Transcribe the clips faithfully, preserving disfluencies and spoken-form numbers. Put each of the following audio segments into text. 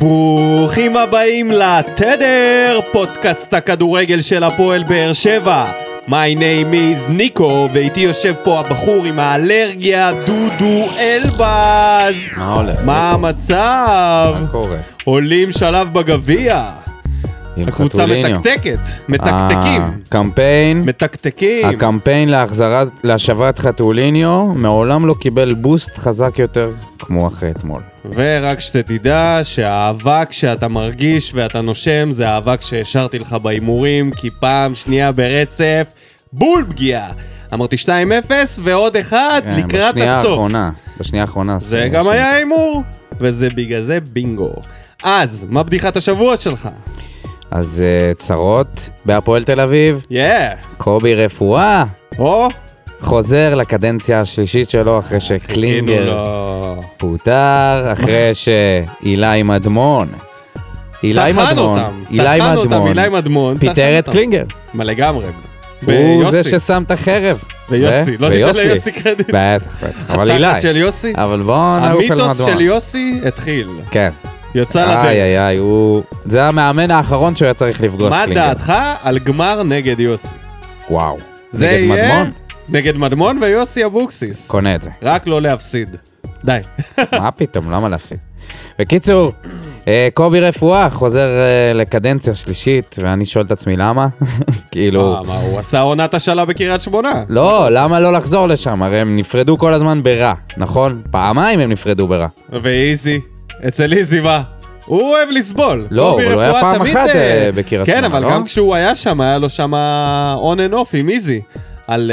ברוכים הבאים לתדר, פודקאסט הכדורגל של הפועל באר שבע. My name is ניקו, ואיתי יושב פה הבחור עם האלרגיה, דודו אלבז. מה הולך? מה המצב? מה קורה? עולים שלב בגביע. הקבוצה מתקתקת, מתקתקים. הקמפיין, מתקתקים. הקמפיין להחזרת, להשבת חתוליניו, מעולם לא קיבל בוסט חזק יותר כמו אחרי אתמול. ורק שתדע שהאבק שאתה מרגיש ואתה נושם זה האבק שהשארתי לך באימורים, כי פעם שנייה ברצף בול פגיעה. אמרתי שתיים אפס ועוד אחד כן, לקראת בשנייה הסוף. האחרונה, בשנייה האחרונה. זה גם היה אימור, וזה בגלל זה בינגו. אז, מה בדיחת השבוע שלך? אז uh, צרות בהפועל תל אביב, יאה. קובי רפואה, או, חוזר לקדנציה השלישית שלו אחרי שקלינגר פוטר, אחרי שאילי מדמון, אילי מדמון, אילי מדמון, פיטר את קלינגר. מה לגמרי. הוא זה ששם את החרב. ויוסי, לא ניתן ליוסי קרדיט. בטח, בטח, אבל אילי. התחת של יוסי. אבל בואו נעוף על מדמון. המיתוס של יוסי התחיל. כן. יוצא לדרך. איי איי איי, הוא... זה המאמן האחרון שהוא היה צריך לפגוש מה קלינגר. מה דעתך על גמר נגד יוסי? וואו. זה נגד יהיה... מדמון? נגד מדמון ויוסי אבוקסיס. קונה את זה. רק לא להפסיד. די. מה פתאום, למה להפסיד? בקיצור, קובי רפואה חוזר לקדנציה שלישית, ואני שואל את עצמי למה? כאילו... מה, הוא עשה עונת השאלה בקריית שמונה. לא, למה לא לחזור לשם? הרי הם נפרדו כל הזמן ברע, נכון? פעמיים הם נפרדו ברע. ואיזי, אצל איזי מה? הוא אוהב לסבול. לא, אבל הוא היה פעם אחת בקריית שמונה, כן, אבל גם כשהוא היה שם, היה לו שם on and off עם איזי. על,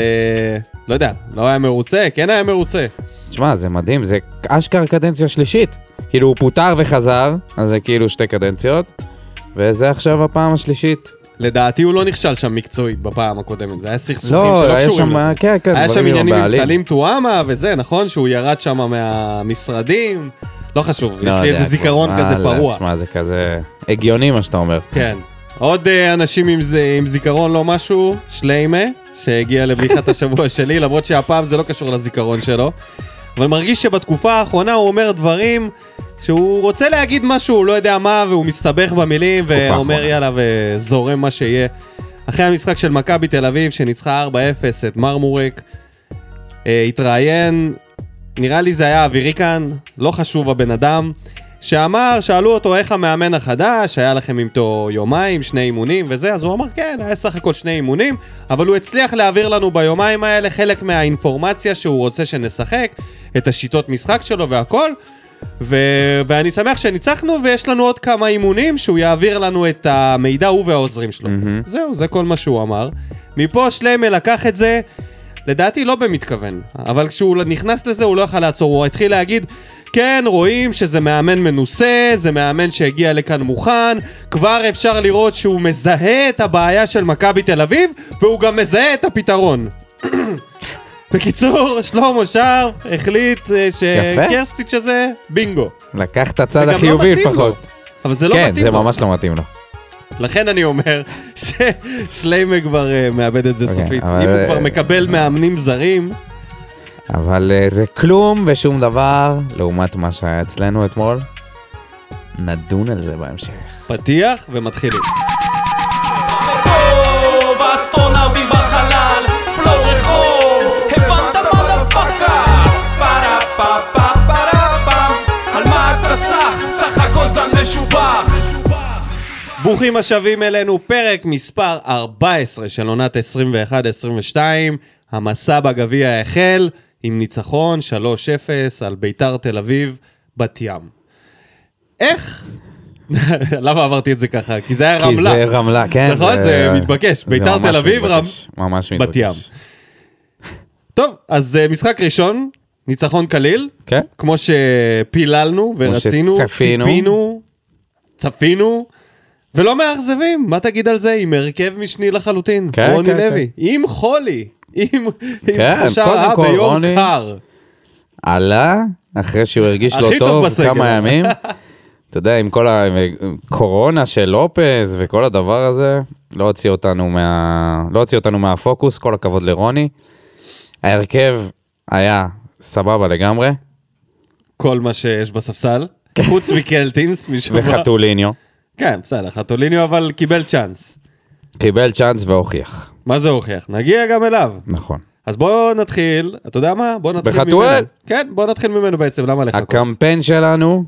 לא יודע, לא היה מרוצה, כן היה מרוצה. תשמע, זה מדהים, זה אשכרה קדנציה שלישית. כאילו הוא פוטר וחזר, אז זה כאילו שתי קדנציות, וזה עכשיו הפעם השלישית. לדעתי הוא לא נכשל שם מקצועית בפעם הקודמת, זה היה סכסוכים לא, שלא היה קשורים שם, לזה. כן, כן, היה שם עניינים עם בעלים. סלים טועמה וזה, נכון? שהוא ירד שם מהמשרדים, לא חשוב, לא יש לי איזה זיכרון מה, כזה לא, פרוע. תשמע, זה כזה הגיוני מה שאתה אומר. כן. עוד uh, אנשים עם, זה, עם זיכרון לא משהו, שליימה, שהגיע לבדיחת השבוע שלי, למרות שהפעם זה לא קשור לזיכרון שלו. אבל מרגיש שבתקופה האחרונה הוא אומר דברים שהוא רוצה להגיד משהו, הוא לא יודע מה, והוא מסתבך במילים, ואומר אחרונה. יאללה, וזורם מה שיהיה. אחרי המשחק של מכבי תל אביב, שניצחה ארבע אפס את מרמורק, אה, התראיין, נראה לי זה היה אווירי כאן, לא חשוב הבן אדם, שאמר, שאלו אותו איך המאמן החדש, היה לכם איתו יומיים, שני אימונים וזה, אז הוא אמר, כן, היה סך הכל שני אימונים, אבל הוא הצליח להעביר לנו ביומיים האלה חלק מהאינפורמציה שהוא רוצה שנשחק, את השיטות משחק שלו והכל, ו- ואני שמח שניצחנו, ויש לנו עוד כמה אימונים שהוא יעביר לנו את המידע, הוא והעוזרים שלו. Mm-hmm. זהו, זה כל מה שהוא אמר. מפה שלמה לקח את זה, לדעתי לא במתכוון, אבל כשהוא נכנס לזה הוא לא יכול לעצור, הוא התחיל להגיד, כן, רואים שזה מאמן מנוסה, זה מאמן שהגיע לכאן מוכן, כבר אפשר לראות שהוא מזהה את הבעיה של מכבי תל אביב, והוא גם מזהה את הפתרון. בקיצור, שלמה שרף החליט שקרסטיץ' הזה בינגו. לקח את הצד החיובי לפחות. אבל זה לא מתאים לו. כן, זה ממש לא מתאים לו. לכן אני אומר ששלמה כבר מאבד את זה סופית. אם הוא כבר מקבל מאמנים זרים... אבל זה כלום ושום דבר לעומת מה שהיה אצלנו אתמול. נדון על זה בהמשך. פתיח ומתחילים. ברוכים השבים אלינו, פרק מספר ארבע עשרה של עונת עשרים ואחת עשרים ושתיים. המסע בגביע החל עם ניצחון שלוש אפס על ביתר תל אביב בת ים. איך? למה עברתי את זה ככה? כי זה היה רמלה. כי זה רמלה, כן. נכון? זה מתבקש. ביתר תל אביב בת ים. טוב, אז משחק ראשון, ניצחון קליל. כן. כמו שפיללנו ורצינו, ציפינו, צפינו. ולא מאכזבים, מה תגיד על זה? עם הרכב משני לחלוטין, כן, רוני כן, לוי, כן. עם חולי, עם תחושה רעה ביום קר. עלה, אחרי שהוא הרגיש לא טוב כמה ימים, אתה יודע, עם כל הקורונה של לופז וכל הדבר הזה, לא הוציא אותנו מה... לא הוציא אותנו מהפוקוס, כל הכבוד לרוני. ההרכב היה סבבה לגמרי. כל מה שיש בספסל. חוץ מקלטינס. וחתוליניו. כן, בסדר, חתוליניו אבל קיבל צ'אנס. קיבל צ'אנס והוכיח. מה זה הוכיח? נגיע גם אליו. נכון. אז בואו נתחיל, אתה יודע מה? בואו נתחיל ממנו. בחתואל? כן, בואו נתחיל ממנו בעצם, למה לחכות? הקמפיין שלנו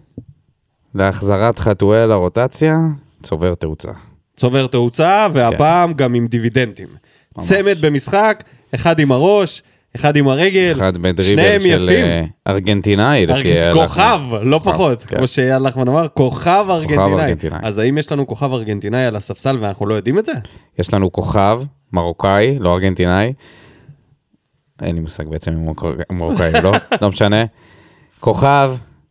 להחזרת חתואל לרוטציה, צובר תאוצה. צובר תאוצה, והפעם גם עם דיבידנטים. צמד במשחק, אחד עם הראש, אחד עם הרגל, אחד בדריבל של ארגנטינאי. כוכב, לא פחות, כמו שאייל לחמן אמר, כוכב ארגנטינאי. אז האם יש לנו כוכב ארגנטינאי על הספסל ואנחנו לא יודעים את זה? יש לנו כוכב מרוקאי, לא ארגנטינאי. אין לי מושג בעצם אם הוא מרוקאי, לא? לא משנה. כוכב,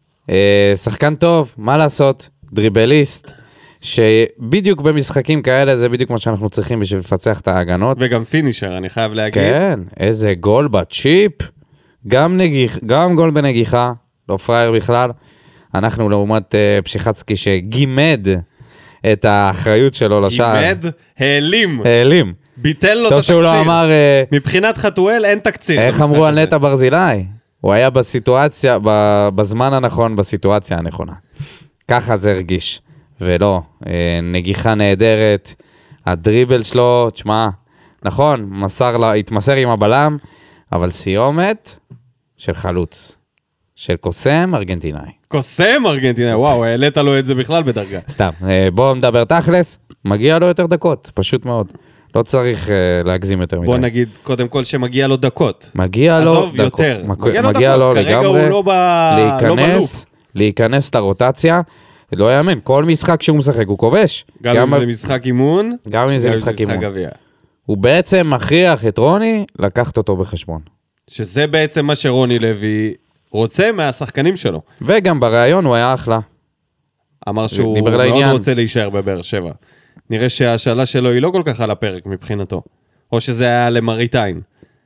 שחקן טוב, מה לעשות? דריבליסט. שבדיוק במשחקים כאלה זה בדיוק מה שאנחנו צריכים בשביל לפצח את ההגנות. וגם פינישר, אני חייב להגיד. כן, איזה גול בצ'יפ, גם, נגיח, גם גול בנגיחה, לא פרייר בכלל. אנחנו לעומת uh, פשיחצקי שגימד את האחריות שלו לשער. גימד, העלים. העלים. ביטל לו את התקציר. התקציר. טוב שהוא לא אמר... Uh, מבחינת חתואל אין תקציר. איך אמרו על נטע ברזילי? הוא היה בסיטואציה, בזמן הנכון, בסיטואציה הנכונה. ככה זה הרגיש. ולא, נגיחה נהדרת, הדריבל שלו, תשמע, נכון, מסר לה, התמסר עם הבלם, אבל סיומת של חלוץ, של קוסם ארגנטינאי. קוסם ארגנטינאי, וואו, העלית לו את זה בכלל בדרגה. סתם, בואו נדבר תכלס, מגיע לו יותר דקות, פשוט מאוד. לא צריך להגזים יותר מדי. בוא נגיד, קודם כל שמגיע לו דקות. מגיע לו דקות. עזוב, יותר. מגיע לו דקות, כרגע הוא לא בלופ. להיכנס לרוטציה, לא יאמן, כל משחק שהוא משחק הוא כובש. גם אם זה משחק אימון, גם אם זה משחק אימון. הוא בעצם מכריח את רוני לקחת אותו בחשבון. שזה בעצם מה שרוני לוי רוצה מהשחקנים שלו. וגם בריאיון הוא היה אחלה. אמר שהוא מאוד רוצה להישאר בבאר שבע. נראה שהשאלה שלו היא לא כל כך על הפרק מבחינתו. או שזה היה למראית עין.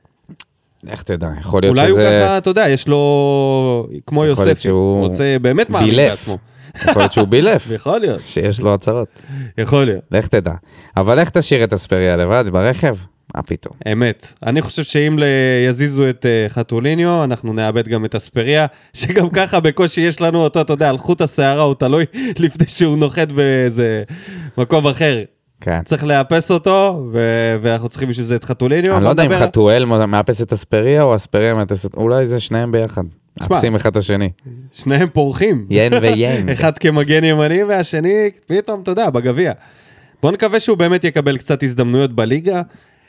איך תדע, יכול להיות שזה... אולי הוא ככה, אתה יודע, יש לו, כמו יוסף, הוא רוצה באמת מאמין בעצמו. יכול להיות שהוא בילף. יכול להיות. שיש לו הצהרות. יכול להיות. לך תדע. אבל איך תשאיר את אספריה לבד ברכב? מה פתאום? אמת. אני חושב שאם יזיזו את חתוליניו, אנחנו נאבד גם את אספריה, שגם ככה בקושי יש לנו אותו, אתה יודע, על חוט השערה הוא תלוי לפני שהוא נוחת באיזה מקום אחר. כן. צריך לאפס אותו, ואנחנו צריכים בשביל זה את חתוליניו. אני לא יודע אם חתואל מאפס את אספריה, או אספריה מאפס את... אולי זה שניהם ביחד. מאפסים אחד את השני. שניהם פורחים. ין ויין. אחד כמגן ימני, והשני, פתאום, אתה יודע, בגביע. בוא נקווה שהוא באמת יקבל קצת הזדמנויות בליגה.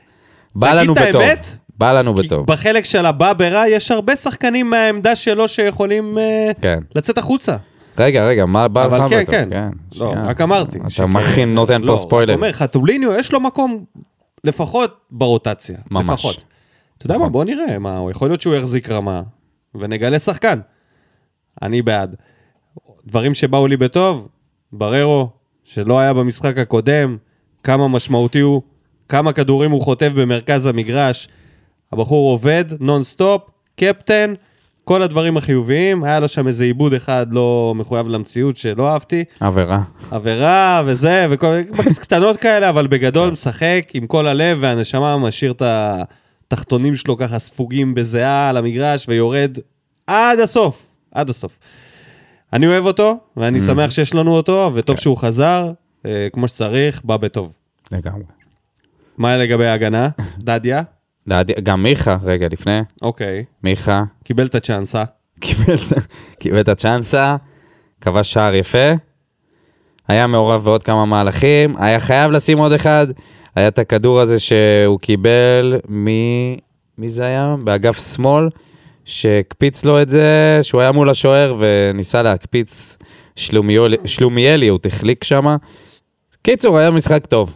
בא לנו בטוב. בא לנו בטוב. בחלק של הבא ברע, יש הרבה שחקנים מהעמדה שלו שיכולים לצאת החוצה. רגע, רגע, מה בא לך בטוב? אבל כן, כן. לא, רק אמרתי. אתה מכין, נותן פה ספוילר. אתה אומר, חתוליניו, יש לו מקום לפחות ברוטציה. ממש. אתה יודע מה, בוא נראה. מה, יכול להיות שהוא יחזיק רמה, ונגלה שחקן. אני בעד. דברים שבאו לי בטוב, בררו, שלא היה במשחק הקודם, כמה משמעותי הוא, כמה כדורים הוא חוטף במרכז המגרש, הבחור עובד, נון סטופ, קפטן, כל הדברים החיוביים, היה לו שם איזה עיבוד אחד לא מחויב למציאות שלא אהבתי. עבירה. עבירה וזה, וכל קטנות כאלה, אבל בגדול משחק עם כל הלב, והנשמה משאיר את התחתונים שלו ככה ספוגים בזיעה על המגרש, ויורד עד הסוף, עד הסוף. אני אוהב אותו, ואני שמח שיש לנו אותו, וטוב שהוא חזר, כמו שצריך, בא בטוב. לגמרי. מה לגבי ההגנה? דדיה? גם מיכה, רגע לפני. אוקיי. מיכה. קיבל את הצ'אנסה. קיבל את הצ'אנסה, כבש שער יפה, היה מעורב בעוד כמה מהלכים, היה חייב לשים עוד אחד, היה את הכדור הזה שהוא קיבל מ... מי זה היה? באגף שמאל, שהקפיץ לו את זה, שהוא היה מול השוער וניסה להקפיץ שלומיאלי, שלומיאלי הוא תחליק שם. קיצור, היה משחק טוב.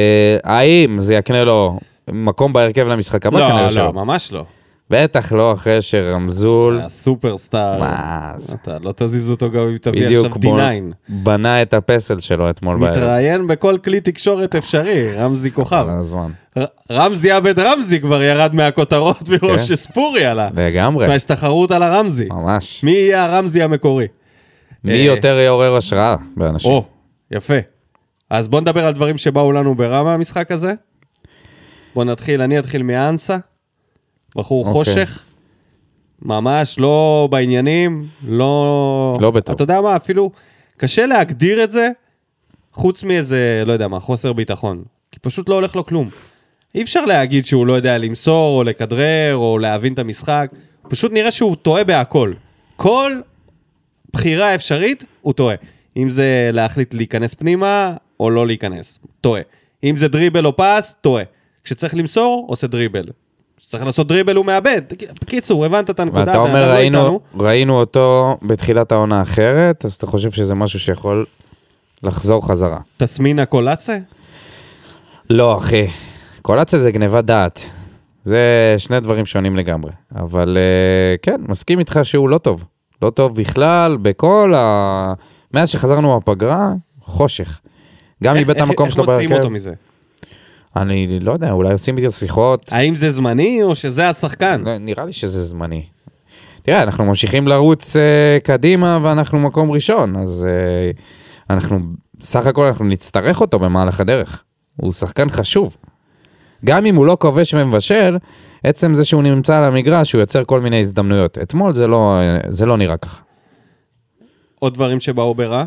האם זה יקנה לו מקום בהרכב למשחק הבא? לא, לא, ממש לא. בטח לא אחרי שרמזול... הסופרסטאר. מה זה? אתה לא תזיז אותו גם אם תביא עכשיו די ניין. בדיוק בנה את הפסל שלו אתמול בערב. מתראיין בכל כלי תקשורת אפשרי, רמזי כוכב. הזמן. רמזי עבד רמזי כבר ירד מהכותרות מראש שספורי עלה. לגמרי. יש תחרות על הרמזי. ממש. מי יהיה הרמזי המקורי? מי יותר יעורר השראה באנשים. או, יפה. אז בוא נדבר על דברים שבאו לנו ברמה המשחק הזה. בוא נתחיל, אני אתחיל מאנסה. בחור okay. חושך, ממש לא בעניינים, לא... לא בטוב. אתה יודע מה, אפילו קשה להגדיר את זה, חוץ מאיזה, לא יודע מה, חוסר ביטחון. כי פשוט לא הולך לו כלום. אי אפשר להגיד שהוא לא יודע למסור, או לכדרר, או להבין את המשחק. פשוט נראה שהוא טועה בהכל. כל בחירה אפשרית, הוא טועה. אם זה להחליט להיכנס פנימה, או לא להיכנס. טועה. אם זה דריבל או פס, טועה. כשצריך למסור, עושה דריבל. כשצריך לעשות דריבל, הוא מאבד. בקיצור, הבנת את הנקודה. ואתה אומר, ראינו, ראינו אותו בתחילת העונה אחרת, אז אתה חושב שזה משהו שיכול לחזור חזרה. תסמין הקולצה? לא, אחי. קולציה זה גניבת דעת. זה שני דברים שונים לגמרי. אבל כן, מסכים איתך שהוא לא טוב. לא טוב בכלל, בכל ה... מאז שחזרנו מהפגרה, חושך. גם מבית המקום שלו בהרכב. איך מוצאים אותו מזה? אני לא יודע, אולי עושים איתי שיחות. האם זה זמני או שזה השחקן? נראה לי שזה זמני. תראה, אנחנו ממשיכים לרוץ קדימה ואנחנו מקום ראשון, אז אנחנו, סך הכל אנחנו נצטרך אותו במהלך הדרך. הוא שחקן חשוב. גם אם הוא לא כובש ומבשל, עצם זה שהוא נמצא על המגרש, הוא יוצר כל מיני הזדמנויות. אתמול זה לא, זה לא נראה ככה. עוד דברים שבאו ברע?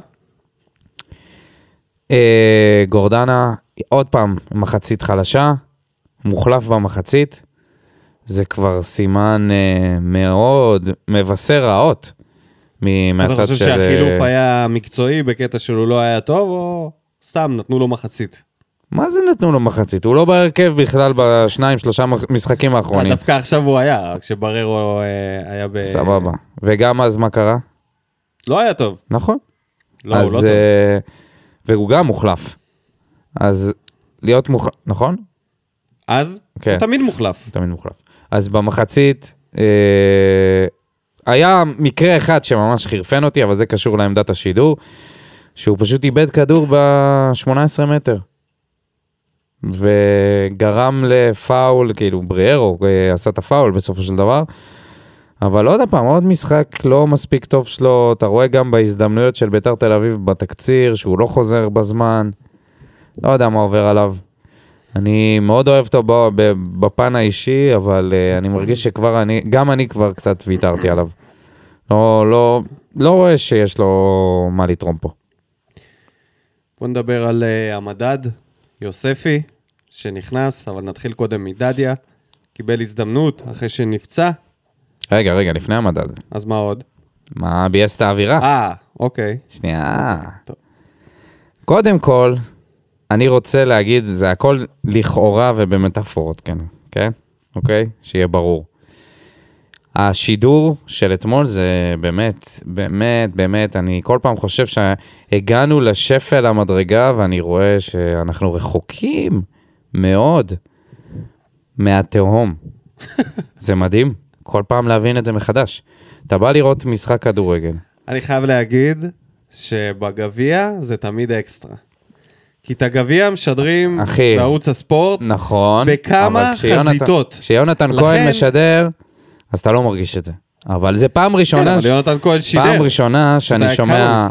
אה, גורדנה, עוד פעם, מחצית חלשה, מוחלף במחצית, זה כבר סימן אה, מאוד מבשר רעות מהצד של... אתה חושב שהחילוף היה מקצועי בקטע שלו לא היה טוב, או סתם נתנו לו מחצית? מה זה נתנו לו מחצית? הוא לא בהרכב בכלל בשניים, שלושה משחקים האחרונים. דווקא עכשיו הוא היה, כשבררו היה ב... סבבה. וגם אז מה קרה? לא היה טוב. נכון. לא, הוא לא טוב. והוא גם מוחלף. אז להיות מוחלף, נכון? אז? הוא תמיד מוחלף. תמיד מוחלף. אז במחצית, היה מקרה אחד שממש חירפן אותי, אבל זה קשור לעמדת השידור, שהוא פשוט איבד כדור ב-שמונה עשרה מטר. וגרם לפאול, כאילו בריארו עשה את הפאול בסופו של דבר, אבל עוד הפעם, עוד משחק לא מספיק טוב שלו, אתה רואה גם בהזדמנויות של ביתר תל אביב בתקציר, שהוא לא חוזר בזמן, לא יודע מה עובר עליו. אני מאוד אוהב אותו בפן האישי, אבל אני מרגיש שכבר אני, גם אני כבר קצת ויתרתי עליו. לא, לא, לא רואה שיש לו מה לתרום פה. בוא נדבר על uh, המדד, יוספי, שנכנס, אבל נתחיל קודם מדדיה, קיבל הזדמנות אחרי שנפצע. רגע, רגע, לפני המדד. אז מה עוד? מה בייס את האווירה? אה, אוקיי. שנייה. אוקיי, קודם כל, אני רוצה להגיד, זה הכל לכאורה ובמטאפורות, כן, כן? אוקיי? שיהיה ברור. השידור של אתמול זה באמת, באמת, באמת, אני כל פעם חושב שהגענו לשפל המדרגה, ואני רואה שאנחנו רחוקים מאוד מהתהום. זה מדהים, כל פעם להבין את זה מחדש. אתה בא לראות משחק כדורגל. אני חייב להגיד שבגביע זה תמיד אקסטרה. כי את הגביע משדרים אחי, בערוץ הספורט, נכון, בכמה חזיתות. כשיונתן לכן... כהן משדר, אז אתה לא מרגיש את זה. אבל זה פעם ראשונה... כן, ש... אבל יונתן כהן שידר. פעם ראשונה שאני שומע...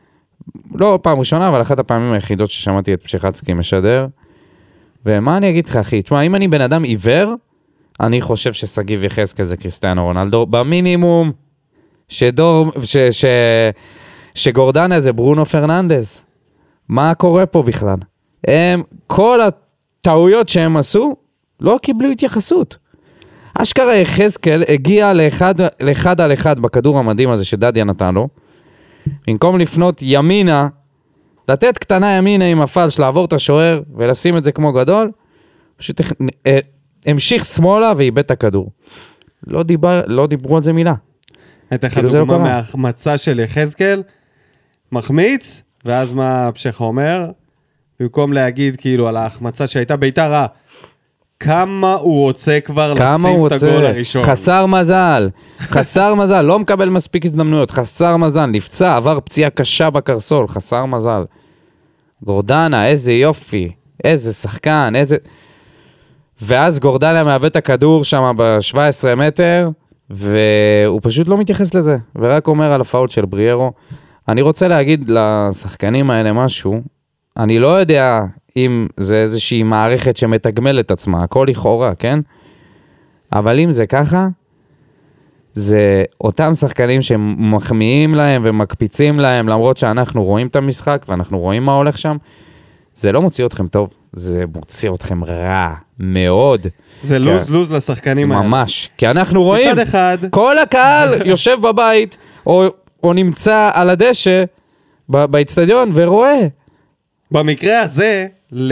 לא פעם ראשונה, אבל אחת הפעמים היחידות ששמעתי את פשיחצקי משדר. ומה אני אגיד לך, אחי? תשמע, אם אני בן אדם עיוור, אני חושב שסגיב יחזקאל זה קריסטיאנו רונלדו, במינימום שדור... ש... ש... שגורדנה זה ברונו פרננדס. מה קורה פה בכלל? הם, כל הטעויות שהם עשו, לא קיבלו התייחסות. אשכרה יחזקאל הגיע לאחד, לאחד על אחד בכדור המדהים הזה שדדיה נתן לו, במקום לפנות ימינה, לתת קטנה ימינה עם הפלש, לעבור את השוער ולשים את זה כמו גדול, פשוט אה, המשיך שמאלה ואיבד את הכדור. לא, דיבר, לא דיברו על זה מילה. הייתה לך דוגמה מההחמצה של יחזקאל, מחמיץ, ואז מה הפשחה אומר? במקום להגיד כאילו על ההחמצה שהייתה ביתה רעה, כמה הוא רוצה כבר לשים את הגול הראשון. חסר מזל, חסר מזל, לא מקבל מספיק הזדמנויות, חסר מזל, נפצע, עבר פציעה קשה בקרסול, חסר מזל. גורדנה, איזה יופי, איזה שחקן, איזה... ואז גורדנה מאבד את הכדור שם ב-שבע עשרה מטר, והוא פשוט לא מתייחס לזה, ורק אומר על הפאול של בריארו. אני רוצה להגיד לשחקנים האלה משהו, אני לא יודע אם זה איזושהי מערכת שמתגמלת עצמה, הכל לכאורה, כן? אבל אם זה ככה, זה אותם שחקנים שמחמיאים להם ומקפיצים להם, למרות שאנחנו רואים את המשחק ואנחנו רואים מה הולך שם, זה לא מוציא אתכם טוב, זה מוציא אתכם רע מאוד. זה לוז לוז לשחקנים האלה. ממש, כי אנחנו רואים, מצד אחד, כל הקהל יושב בבית, או, או נמצא על הדשא, באצטדיון, ורואה. במקרה הזה,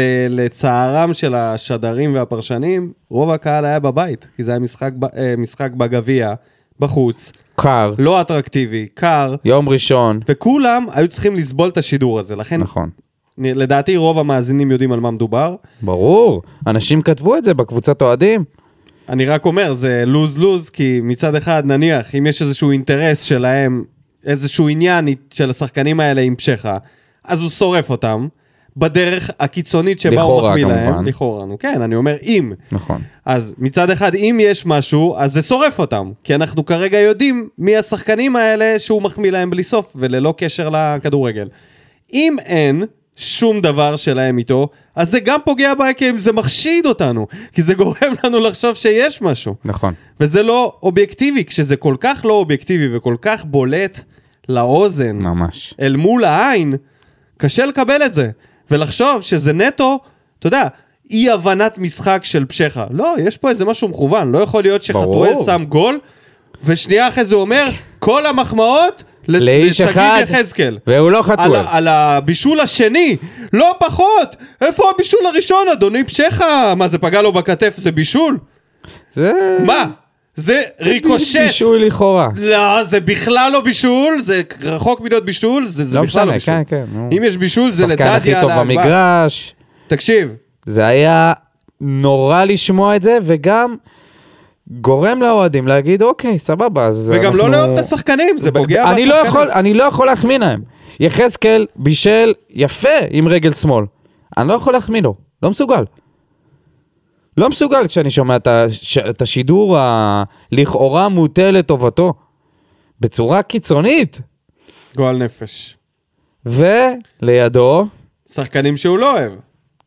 לצערם של השדרים והפרשנים, רוב הקהל היה בבית, כי זה היה משחק, משחק בגביע, בחוץ. קר. לא אטרקטיבי, קר. יום ראשון. וכולם היו צריכים לסבול את השידור הזה, לכן... נכון. לדעתי רוב המאזינים יודעים על מה מדובר. ברור, אנשים כתבו את זה בקבוצת אוהדים. אני רק אומר, זה לוז לוז, כי מצד אחד נניח, אם יש איזשהו אינטרס שלהם, איזשהו עניין של השחקנים האלה עם פשחה, אז הוא שורף אותם, בדרך הקיצונית שבה הוא מחמיא להם. לכאורה, כן, אני אומר אם. נכון. אז מצד אחד, אם יש משהו, אז זה שורף אותם, כי אנחנו כרגע יודעים מי השחקנים האלה שהוא מחמיא להם בלי סוף, וללא קשר לכדורגל. אם אין שום דבר שלהם איתו, אז זה גם פוגע בה, כי זה מחשיד אותנו, כי זה גורם לנו לחשוב שיש משהו. נכון. וזה לא אובייקטיבי, כשזה כל כך לא אובייקטיבי, וכל כך בולט לאוזן, ממש. אל מול העין, קשה לקבל את זה. ולחשוב שזה נטו, אתה יודע, אי הבנת משחק של פשחה. לא, יש פה איזה משהו מכוון, לא יכול להיות שחתואל שם גול, ושנייה אחרי זה אומר, כל המחמאות, לאיש אחד, והוא לא חתואל. על, על הבישול השני, לא פחות. איפה הבישול הראשון, אדוני פשחה? מה, זה פגע לו בכתף, זה בישול? זה... מה? זה ריקושט. בישול לכאורה. לא, זה בכלל לא בישול, זה רחוק מלהיות בישול, זה, זה לא בכלל משנה, לא בישול. כן, כן. אם יש בישול, זה לדעתי על שחקן הכי טוב במגרש. תקשיב. זה היה נורא לשמוע את זה, וגם... גורם לאוהדים להגיד, אוקיי, סבבה, אז וגם אנחנו... לא לאהוב את השחקנים, זה פוגע אני בשחקנים. לא יכול, אני לא יכול להחמיא להם. יחזקאל בישל יפה עם רגל שמאל. אני לא יכול להחמיא לו, לא מסוגל. לא מסוגל כשאני שומע את, הש... את השידור הלכאורה מוטה לטובתו. בצורה קיצונית. גועל נפש. ולידו... שחקנים שהוא לא אוהב.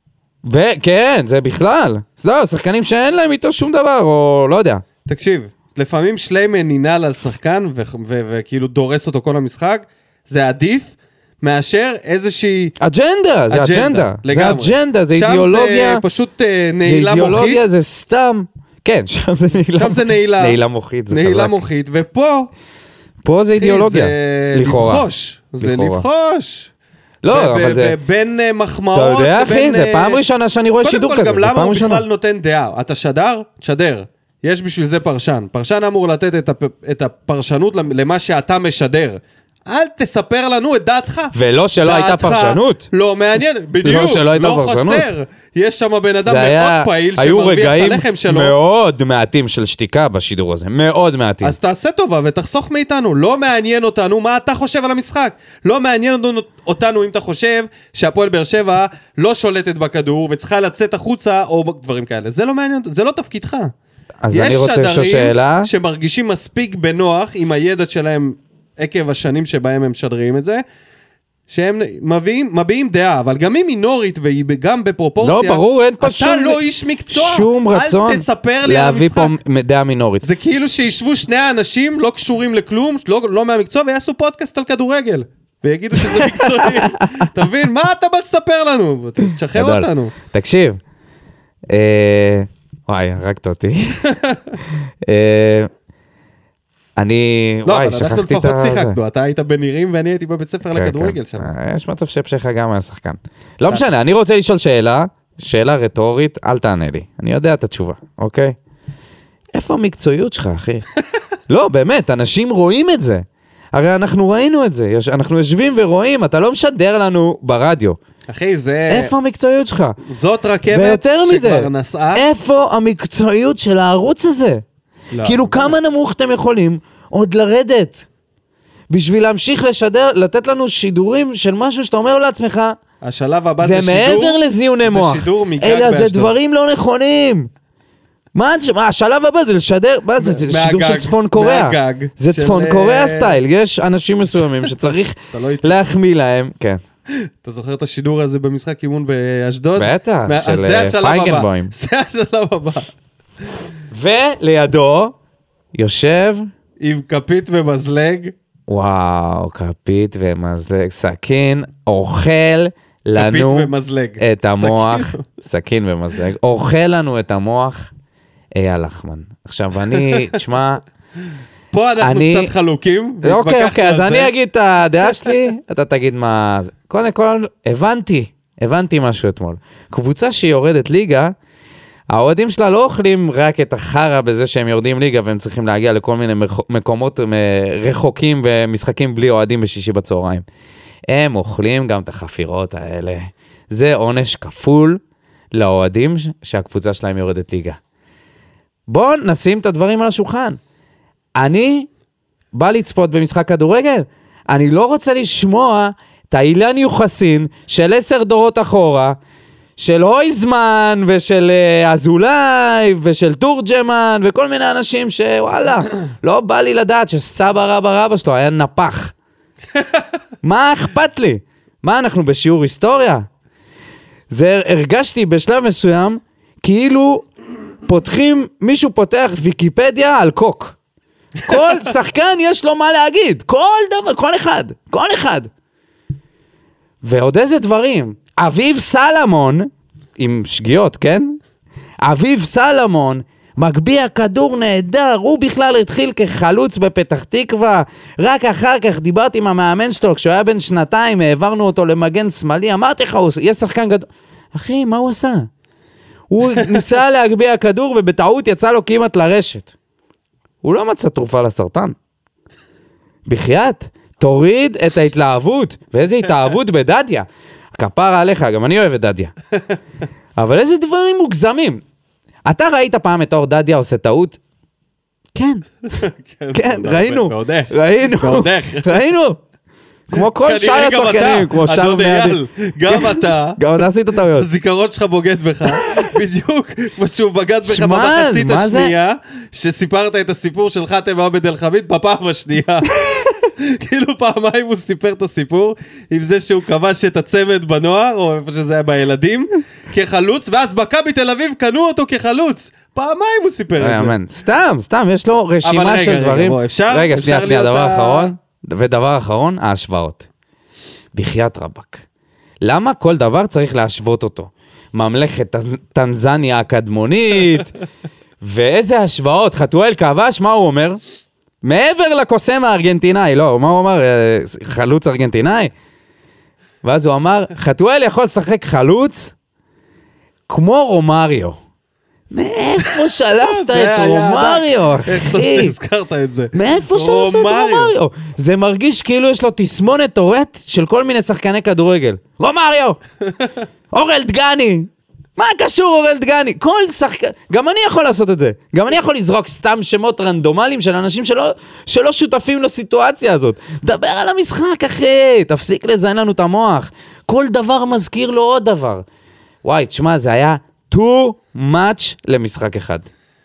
וכן, זה בכלל. לא, שחקנים שאין להם איתו שום דבר, או לא יודע. תקשיב, לפעמים שליימן נינל על שחקן, וכאילו דורס אותו כל המשחק, זה עדיף מאשר איזושהי... אג'נדה, זה אג'נדה. זה אג'נדה, זה אידיאולוגיה. שם זה פשוט נעילה מוחית. זה אידיאולוגיה, זה סתם. כן, שם זה נעילה. שם זה נעילה. נעילה מוחית, זה חזק. נעילה מוחית, ופה... פה זה אידיאולוגיה. זה לבחוש. זה לבחוש. לא, אבל זה... בין מחמאות... אתה יודע, אחי, זה פעם ראשונה שאני רואה שידור כזה. קודם כל, גם למה הוא בכלל נותן דעה? אתה שדר? תשדר. יש בשביל זה פרשן. פרשן אמור לתת את הפרשנות למה שאתה משדר. אל תספר לנו את דעתך. ולא שלא הייתה פרשנות. לא מעניין, בדיוק. לא שלא הייתה פרשנות. לא חסר. יש שם בן אדם מאוד פעיל שמרוויח את הלחם שלו. היו רגעים מאוד מעטים של שתיקה בשידור הזה. מאוד מעטים. אז תעשה טובה ותחסוך מאיתנו. לא מעניין אותנו מה אתה חושב על המשחק. לא מעניין אותנו אם אתה חושב שהפועל באר שבע לא שולטת בכדור וצריכה לצאת החוצה או דברים כאלה. זה לא מעניין, זה לא תפקידך. אז אני רוצה לשאול שאלה. יש שדרים שמרגישים מספיק בנוח עם הידע שלהם עקב השנים שבהם הם משדרים את זה, שהם מביאים, מביאים דעה, אבל גם היא מינורית והיא גם בפרופורציה. לא, ברור, אין פה שום... אתה לא איש מקצוע. שום רצון אל תספר לי להביא פה דעה מינורית. זה כאילו שישבו שני האנשים לא קשורים לכלום, לא, לא מהמקצוע, ויעשו פודקאסט על כדורגל. ויגידו שזה מקצועי. אתה מבין? מה אתה בא לספר לנו? תשחרר אותנו. תקשיב. וואי, הרגת אותי. אה... אני, לא, וואי, שכחתי את ה... לא, אנחנו לפחות שיחקנו, אתה היית בנירים ואני הייתי בבית ספר לכדורגל שם. יש מצב שפשחה גם היה שחקן. לא משנה, אני רוצה לשאול שאלה, שאלה רטורית, אל תענה לי. אני יודע את התשובה, אוקיי? איפה המקצועיות שלך, אחי? לא, באמת, אנשים רואים את זה. הרי אנחנו ראינו את זה, אנחנו יושבים ורואים, אתה לא משדר לנו ברדיו. אחי, זה... איפה המקצועיות שלך? זאת רכבת שכבר נסעה. איפה המקצועיות של הערוץ הזה? לא, כאילו לא. כמה נמוך אתם יכולים עוד לרדת בשביל להמשיך לשדר, לתת לנו שידורים של משהו שאתה אומר לעצמך, השלב הבא זה, זה שידור, מעבר לזיוני מוח, זה שידור מגג אלא באשדוד. זה דברים לא נכונים. מה, מה השלב הבא זה לשדר, מה זה, זה שידור של צפון קוריאה, זה של... צפון קוריאה סטייל, יש אנשים מסוימים שצריך לא להחמיא להם, כן. אתה זוכר את השידור הזה במשחק אימון באשדוד? בטח, של פיינגנבוים. זה השלב הבא. ולידו יושב עם כפית ומזלג. וואו, כפית ומזלג, סכין, אוכל לנו את המוח, סכין ומזלג, אוכל לנו את המוח, אייל לחמן. עכשיו אני, תשמע, פה אנחנו קצת חלוקים. אוקיי, אוקיי, אז אני אגיד את הדעה שלי, אתה תגיד מה... קודם כל, הבנתי, הבנתי משהו אתמול. קבוצה שיורדת ליגה, האוהדים שלה לא אוכלים רק את החרה בזה שהם יורדים ליגה, והם צריכים להגיע לכל מיני מקומות רחוקים ומשחקים בלי אוהדים בשישי בצהריים. הם אוכלים גם את החפירות האלה. זה עונש כפול לאוהדים שהקבוצה שלהם יורדת ליגה. בואו נשים את הדברים על השולחן. אני בא לצפות במשחק כדורגל, אני לא רוצה לשמוע את האילן יוחסין של עשר דורות אחורה, של הויזמן ושל אזולאי ושל תורג'מן וכל מיני אנשים שוואלה, לא בא לי לדעת שסבא רבא רבא שלו היה נפח. מה אכפת לי? מה, אנחנו בשיעור היסטוריה? זה הרגשתי בשלב מסוים כאילו פותחים, מישהו פותח ויקיפדיה על קוק. כל שחקן יש לו מה להגיד, כל דבר, כל אחד, כל אחד. ועוד איזה דברים, אביב סלמון, עם שגיאות, כן? אביב סלמון, מגביע כדור נהדר, הוא בכלל התחיל כחלוץ בפתח תקווה, רק אחר כך דיברתי עם המאמן שלו, כשהוא היה בן שנתיים, העברנו אותו למגן שמאלי, אמרתי לך, יש שחקן גדול. אחי, מה הוא עשה? הוא ניסה להגביע כדור, ובטעות יצא לו כמעט לרשת. הוא לא מצא תרופה לסרטן. בחייאת, תוריד את ההתלהבות, ואיזה התלהבות בדדיה. כפרה עליך, גם אני אוהב את דדיה. אבל איזה דברים מוגזמים. אתה ראית פעם את אור דדיה עושה טעות? כן. כן, ראינו. ראינו. ראינו. כמו כל שאר השחקנים, כמו שאר מעדים. גם אתה. גם אתה עשית טעויות. הזיכרון שלך בוגד בך. בדיוק כמו שהוא בגד בך במחצית השנייה, שסיפרת את הסיפור של חאתם עבד אל חמיד בפעם השנייה. כאילו פעמיים הוא סיפר את הסיפור, עם זה שהוא כבש את הצמד בנוער, או איפה שזה היה בילדים, כחלוץ, ואז מכבי תל אביב קנו אותו כחלוץ. פעמיים הוא סיפר את זה. סתם, סתם, יש לו רשימה של דברים. רגע, שנייה, שנייה, דבר אחרון. ודבר אחרון, ההשוואות. בחייאת רבק. למה כל דבר צריך להשוות אותו? ממלכת טנזניה הקדמונית, ואיזה השוואות. חתואל כבש, מה הוא אומר? מעבר לקוסם הארגנטינאי, לא, מה הוא אמר? חלוץ ארגנטינאי? ואז הוא אמר, חתואל יכול לשחק חלוץ כמו רומריו. מאיפה שלפת את רומריו, אחי? איך טוב שהזכרת את זה. מאיפה שלפת את רומריו? זה מרגיש כאילו יש לו תסמונת טורט של כל מיני שחקני כדורגל. רומריו! אורל דגני! מה קשור אורל דגני? כל שחקן... גם אני יכול לעשות את זה. גם אני יכול לזרוק סתם שמות רנדומליים של אנשים שלא, שלא שותפים לסיטואציה הזאת. דבר על המשחק, אחי. תפסיק לזיין לנו את המוח. כל דבר מזכיר לו עוד דבר. וואי, תשמע, זה היה too much למשחק אחד.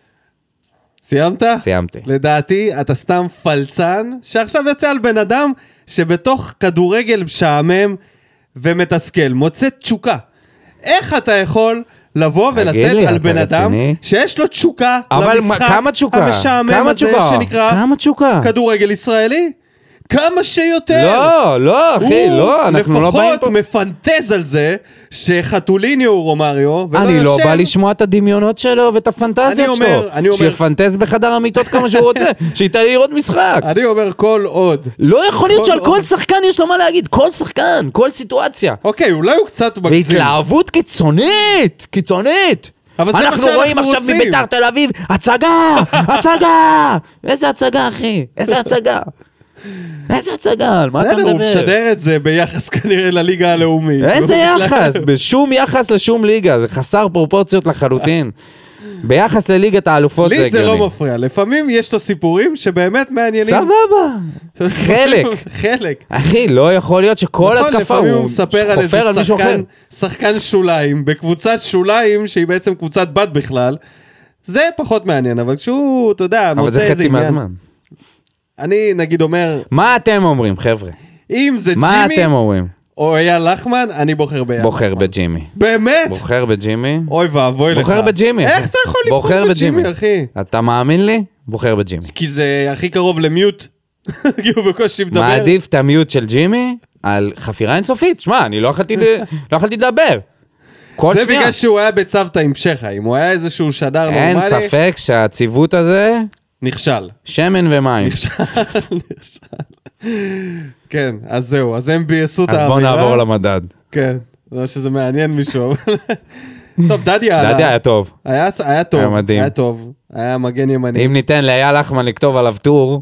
סיימת? סיימתי. לדעתי, אתה סתם פלצן, שעכשיו יוצא על בן אדם שבתוך כדורגל משעמם ומתסכל, מוצא תשוקה. איך אתה יכול לבוא ולצאת על בן אדם שיש לו תשוקה למשחק המשעמם הזה שנקרא כדורגל ישראלי? כמה שיותר. לא, לא, אחי, לא, אנחנו לא באים פה. הוא לפחות מפנטז על זה שחתוליניו הוא רומריו, אני לא בא לשמוע את הדמיונות שלו ואת הפנטזיות שלו. שיפנטז בחדר המיטות כמה שהוא רוצה, שייתן לראות משחק. אני אומר כל עוד. לא יכול להיות שעל כל שחקן יש לו מה להגיד, כל שחקן, כל סיטואציה. אוקיי, אולי הוא קצת מגזים. והתלהבות קיצונית, קיצונית. אנחנו רואים עכשיו מביתר תל אביב, הצגה, הצגה. איזה הצגה, אחי? איזה הצגה? איזה הצגה, על מה אתה מדבר? הוא משדר את זה ביחס כנראה לליגה הלאומית. איזה יחס? בשום יחס לשום ליגה, זה חסר פרופורציות לחלוטין. ביחס לליגת האלופות זה הגיוני. לי זה לא מפריע, לפעמים יש לו סיפורים שבאמת מעניינים. סבבה. חלק. חלק. אחי, לא יכול להיות שכל התקפה הוא חופר על מישהו אחר. שחקן שוליים, בקבוצת שוליים, שהיא בעצם קבוצת בת בכלל, זה פחות מעניין, אבל כשהוא, אתה יודע, מוצא איזה עניין. אבל זה חצי מהזמן. אני נגיד אומר... מה אתם אומרים, חבר'ה? אם זה מה ג'ימי... אתם אומרים? או אייל לחמן, אני בוחר באייל לחמן. בוחר בג'ימי. באמת? בוחר בג'ימי. אוי ואבוי לך. בוחר בג'ימי. איך אתה יכול לבחור בג'ימי, אחי? אתה מאמין לי? בוחר בג'ימי. כי זה הכי קרוב למיוט. כי הוא בקושי מדבר. מעדיף את המיוט של ג'ימי על חפירה אינסופית. שמע, אני לא יכלתי לדבר. זה בגלל שהוא היה בצוותא עם שכה. אם הוא היה איזשהו שדר נורמלי... אין ספק שהציוות הזה... נכשל. שמן ומים. נכשל, נכשל. כן, אז זהו, אז הם בייסו את האווירה. אז בוא נעבור למדד. כן, לא שזה מעניין מישהו. טוב, דדיה... דדיה היה טוב. היה טוב, היה מדהים. היה טוב. היה מגן ימני. אם ניתן לאייל לחמן לכתוב עליו טור,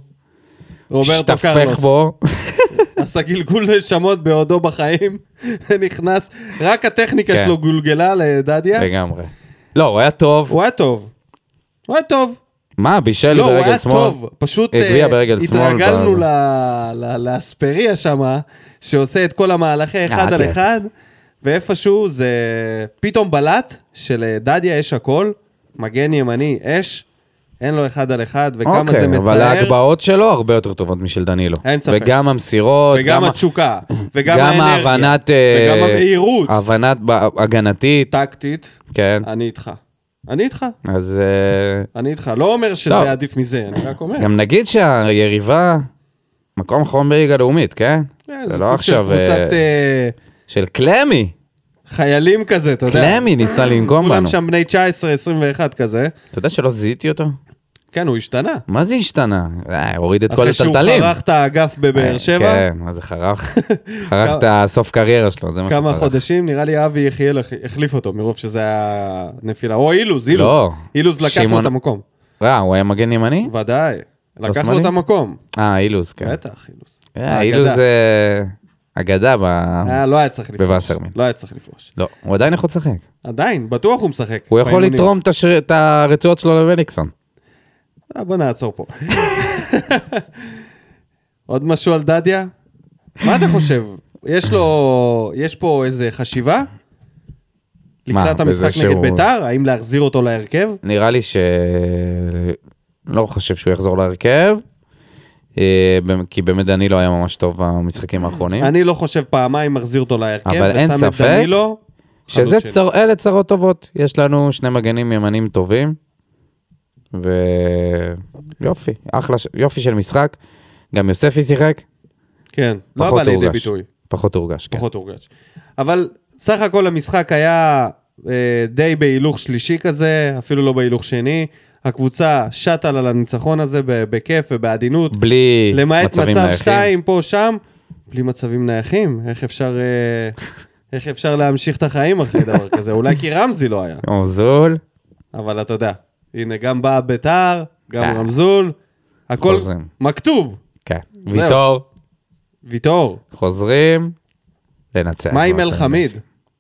שתפך בו. עשה גלגול נשמות בעודו בחיים, נכנס, רק הטכניקה שלו גולגלה לדדיה. לגמרי. לא, הוא היה טוב. הוא היה טוב. הוא היה טוב. מה, בישל ברגל שמאל? לא, הוא היה טוב. פשוט התרגלנו לאספריה שמה, שעושה את כל המהלכי אחד על אחד, ואיפשהו זה פתאום בלט שלדדיה יש הכל, מגן ימני, אש, אין לו אחד על אחד, וכמה זה מצער. אבל ההגבהות שלו הרבה יותר טובות משל דנילו. אין ספק. וגם המסירות. וגם התשוקה. וגם האנרגיה. ההבנת... וגם המהירות. הבנת הגנתית. טקטית. כן. אני איתך. אני איתך. אז... אני איתך. לא אומר שזה עדיף מזה, אני רק אומר. גם נגיד שהיריבה, מקום אחרון בליגה לאומית, כן? זה לא עכשיו... קבוצת... של קלמי. חיילים כזה, אתה יודע. קלמי ניסה לנקום בנו. כולם שם בני תשע עשרה עשרים ואחת כזה. אתה יודע שלא זיהיתי אותו? כן, הוא השתנה. מה זה השתנה? הוריד את כל הטלטלים. אחרי שהוא חרך את האגף בבאר שבע. כן, מה זה חרך? חרך את הסוף קריירה שלו, זה מה כמה חודשים, נראה לי אבי יחיאל החליף אותו, מרוב שזה היה נפילה. או אילוז, אילוז. לא. אילוז לקח לו את המקום. אה, הוא היה מגן ימני? ודאי. לקח לו את המקום. אה, אילוז, כן. בטח, אילוז. אילוז אגדה לא היה צריך לפרוש. בווסרמן. לא היה צריך לפרוש. לא, הוא עדיין יכול לשחק. עדיין, בטוח הוא משחק. הוא יכול לתרום את הרצועות שלו למליקסון. בוא נעצור פה. עוד משהו על דדיה? מה אתה חושב? יש לו, יש פה איזה חשיבה? לקראת המשחק נגד ביתר? האם להחזיר אותו להרכב? נראה לי ש... לא חושב שהוא יחזור להרכב. כי באמת דנילו היה ממש טוב במשחקים האחרונים. אני לא חושב פעמיים מחזיר אותו להרכב, אבל אין ספק שאלה צרות טובות. יש לנו שני מגנים ימנים טובים, ויופי, אחלה, יופי של משחק. גם יוספי שיחק. כן, לא בא לידי ביטוי. פחות הורגש, כן. פחות הורגש. אבל סך הכל המשחק היה די בהילוך שלישי כזה, אפילו לא בהילוך שני. הקבוצה שטה על הניצחון הזה בכיף ובעדינות. בלי למעט מצב שתיים פה שם, בלי מצבים נייחים. איך אפשר, איך אפשר להמשיך את החיים אחרי דבר כזה? אולי כי רמזי לא היה. רמזול. אבל אתה יודע, הנה גם בא ביתר, גם רמזול, הכל מכתוב. כן, ויתור. ויתור. חוזרים לנצח. מה עם אל חמיד?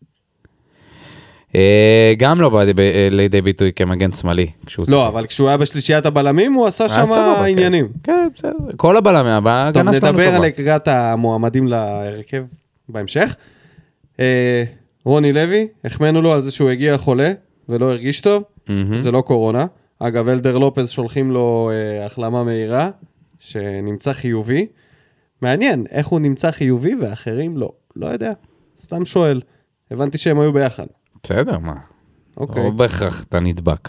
גם לא בא לידי ביטוי כמגן שמאלי. לא, אבל כשהוא היה בשלישיית הבלמים, הוא עשה שם עניינים. כן, בסדר. כל הבלמים, ההגנה שלנו טובה. טוב, נדבר על הקראת המועמדים להרכב בהמשך. רוני לוי, החמנו לו על זה שהוא הגיע חולה, ולא הרגיש טוב. זה לא קורונה. אגב, אלדר לופז שולחים לו החלמה מהירה, שנמצא חיובי. מעניין, איך הוא נמצא חיובי ואחרים לא. לא יודע. סתם שואל. הבנתי שהם היו ביחד. בסדר, מה? אוקיי. לא בהכרח אתה נדבק.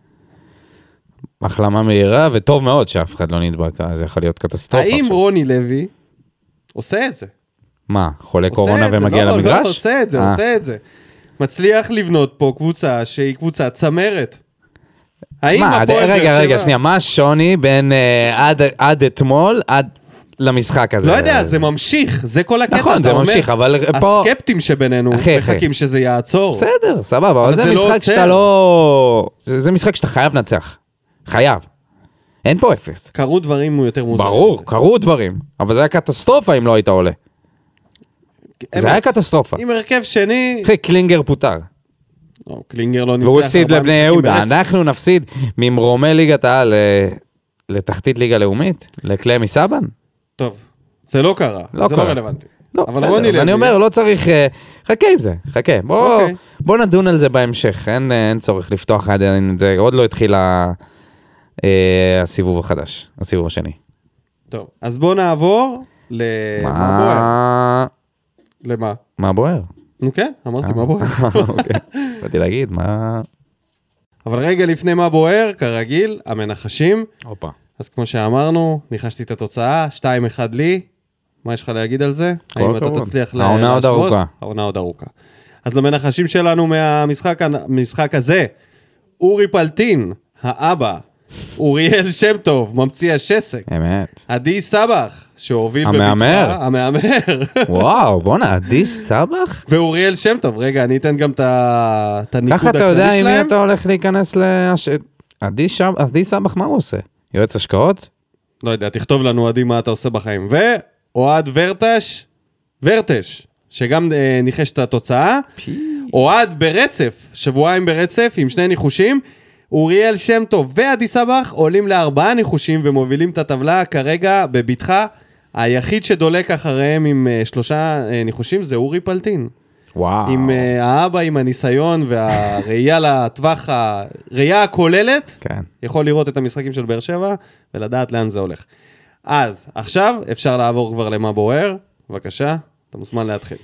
החלמה מהירה, וטוב מאוד שאף אחד לא נדבק, זה יכול להיות קטסטרופה. האם רוני לוי עושה את זה? מה, חולה קורונה ומגיע למגרש? לא, לא, עושה את זה, עושה את זה. מצליח לבנות פה קבוצה שהיא קבוצה צמרת. האם הפועל באר שבע... רגע, רגע, שנייה, מה השוני בין עד אתמול, עד... למשחק הזה. לא יודע, זה ממשיך, זה כל הקטע. נכון, זה ממשיך, אבל פה... הסקפטים שבינינו מחכים שזה יעצור. בסדר, סבבה, אבל זה משחק שאתה לא... זה משחק שאתה חייב לנצח. חייב. אין פה אפס. קרו דברים הוא יותר מוזר. ברור, קרו דברים, אבל זה היה קטסטרופה אם לא היית עולה. זה היה קטסטרופה. עם הרכב שני... אחרי קלינגר פוטר. קלינגר לא ניצח. והוא הפסיד לבני יהודה. אנחנו נפסיד ממרומי ליגת העל לתחתית ליגה לאומית, לקלמי סבן. טוב, זה לא קרה, לא זה קרה. לא רלוונטי. לא, אבל רוני לוי... אני אומר, לא צריך... חכה עם זה, חכה. בוא, okay. בוא נדון על זה בהמשך. אין, אין צורך לפתוח עד זה. עוד לא התחיל אה, הסיבוב החדש, הסיבוב השני. טוב, אז בוא נעבור למה בוער. למה? מה בוער? נו כן, אמרתי מה בוער. אוקיי, באתי להגיד, מה... אבל רגע לפני מה בוער, כרגיל, המנחשים. אופה. אז כמו שאמרנו, ניחשתי את התוצאה, שתיים אחד לי. מה יש לך להגיד על זה? האם אתה תצליח להשוות? העונה עוד ארוכה. העונה עוד ארוכה. אז למנחשים שלנו מהמשחק הזה, אורי פלטין, האבא, אוריאל שם טוב, ממציא השסק. אמת. עדי סבח, שהוביל בביטחה. המאמר. המאמר. וואו, בוא'נה, עדי סבח? ואוריאל שם טוב, רגע, אני אתן גם את הניקוד ככה אתה הכללי יודע שלהם. אם אתה הולך להיכנס לש... עדי, שב... עדי סבח, מה הוא עושה? יועץ השקעות? לא יודע, תכתוב לנו עדי מה אתה עושה בחיים. ואוהד ורטש, ורטש, שגם אה, ניחש את התוצאה. אוהד ברצף, שבועיים ברצף, עם שני ניחושים. אוריאל שם טוב ועדי סבח עולים לארבעה ניחושים ומובילים את הטבלה כרגע בביטחה. היחיד שדולק אחריהם עם uh, שלושה uh, ניחושים זה אורי פלטין. וואו. עם uh, האבא, עם הניסיון והראייה לטווח, הראייה הכוללת, כן. יכול לראות את המשחקים של באר שבע ולדעת לאן זה הולך. אז עכשיו אפשר לעבור כבר למה בוער. בבקשה, אתה מוזמן להתחיל.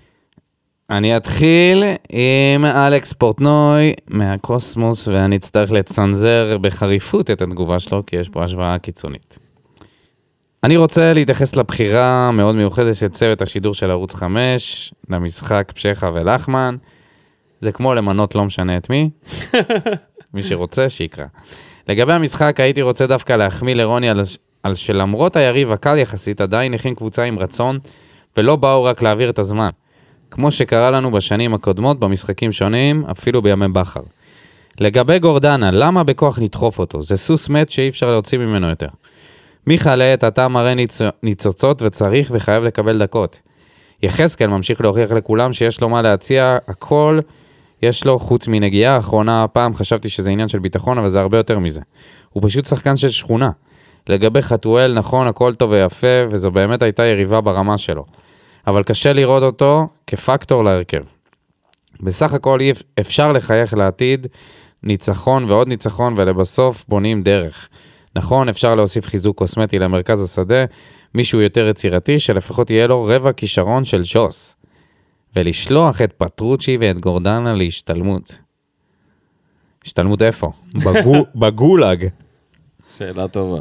אני אתחיל עם אלכס פורטנוי מהקוסמוס, ואני אצטרך לצנזר בחריפות את התגובה שלו, כי יש פה השוואה קיצונית. אני רוצה להתייחס לבחירה מאוד מיוחדת של צוות השידור של ערוץ חמש, למשחק פשחה ולחמן. זה כמו למנות לא משנה את מי. מי שרוצה, שיקרא. לגבי המשחק, הייתי רוצה דווקא להחמיא לרוני על, על שלמרות היריב הקל יחסית, עדיין הכין קבוצה עם רצון, ולא באו רק להעביר את הזמן. כמו שקרה לנו בשנים הקודמות במשחקים שונים, אפילו בימי בחר. לגבי גורדנה, למה בכוח נדחוף אותו? זה סוס מת שאי אפשר להוציא ממנו יותר. מיכה לעת, אתה מראה ניצ... ניצוצות וצריך וחייב לקבל דקות. יחזקאל ממשיך להוכיח לכולם שיש לו מה להציע, הכל יש לו חוץ מנגיעה. האחרונה הפעם חשבתי שזה עניין של ביטחון, אבל זה הרבה יותר מזה. הוא פשוט שחקן של שכונה. לגבי חתואל, נכון, הכל טוב ויפה, וזו באמת הייתה יריבה ברמה שלו. אבל קשה לראות אותו כפקטור להרכב. בסך הכל אפשר לחייך לעתיד, ניצחון ועוד ניצחון, ולבסוף בונים דרך. נכון, אפשר להוסיף חיזוק קוסמטי למרכז השדה, מישהו יותר יצירתי, שלפחות יהיה לו רבע כישרון של שוס. ולשלוח את פטרוצ'י ואת גורדנה להשתלמות. השתלמות איפה? בגו, בגולג. שאלה טובה.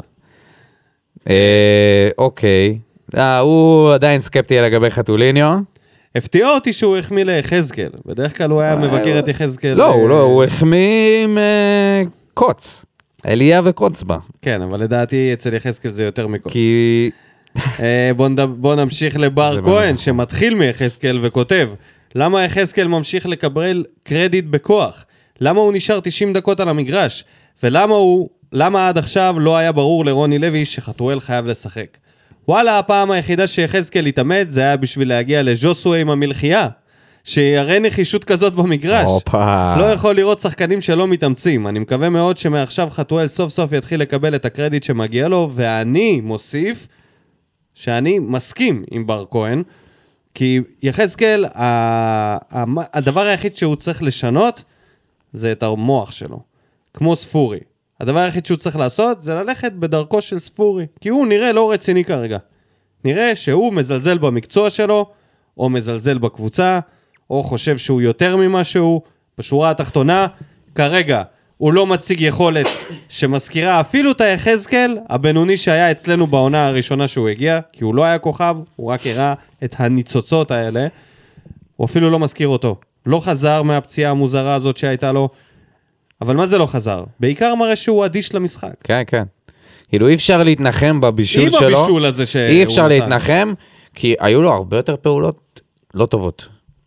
אה, אוקיי. אה, הוא עדיין סקפטי לגבי חתוליניו. הפתיע אותי שהוא החמיא ליחזקאל. בדרך כלל הוא היה מבקר את יחזקאל. לא, הוא לא, הוא החמיא עם קוץ. אליה וקוץ בה. כן, אבל לדעתי אצל יחזקאל זה יותר מקוץ. כי... בוא נמשיך לבר כהן, שמתחיל מיחזקאל וכותב, למה יחזקאל ממשיך לקבל קרדיט בכוח? למה הוא נשאר תשעים דקות על המגרש? ולמה הוא, למה עד עכשיו לא היה ברור לרוני לוי שחתואל חייב לשחק? וואלה, הפעם היחידה שיחזקאל התאמץ, זה היה בשביל להגיע לג'וסווה עם המלחייה, שיראה נחישות כזאת במגרש. אופה. לא יכול לראות שחקנים שלא מתאמצים. אני מקווה מאוד שמעכשיו חתואל סוף סוף יתחיל לקבל את הקרדיט שמגיע לו, ואני מוסיף שאני מסכים עם בר כהן, כי יחזקאל, הדבר היחיד שהוא צריך לשנות, זה את המוח שלו. כמו ספורי. הדבר היחיד שהוא צריך לעשות, זה ללכת בדרכו של ספורי. כי הוא נראה לא רציני כרגע. נראה שהוא מזלזל במקצוע שלו, או מזלזל בקבוצה, או חושב שהוא יותר ממה שהוא, בשורה התחתונה, כרגע הוא לא מציג יכולת שמזכירה אפילו את היחזקאל, הבינוני שהיה אצלנו בעונה הראשונה שהוא הגיע, כי הוא לא היה כוכב, הוא רק הראה את הניצוצות האלה, הוא אפילו לא מזכיר אותו. לא חזר מהפציעה המוזרה הזאת שהייתה לו, אבל מה זה לא חזר? בעיקר מראה שהוא אדיש למשחק. כן, כן. כאילו אי אפשר להתנחם בבישול שלו. עם הבישול הזה שהוא אי אפשר להתנחם, כי היו לו הרבה יותר פעולות לא טובות.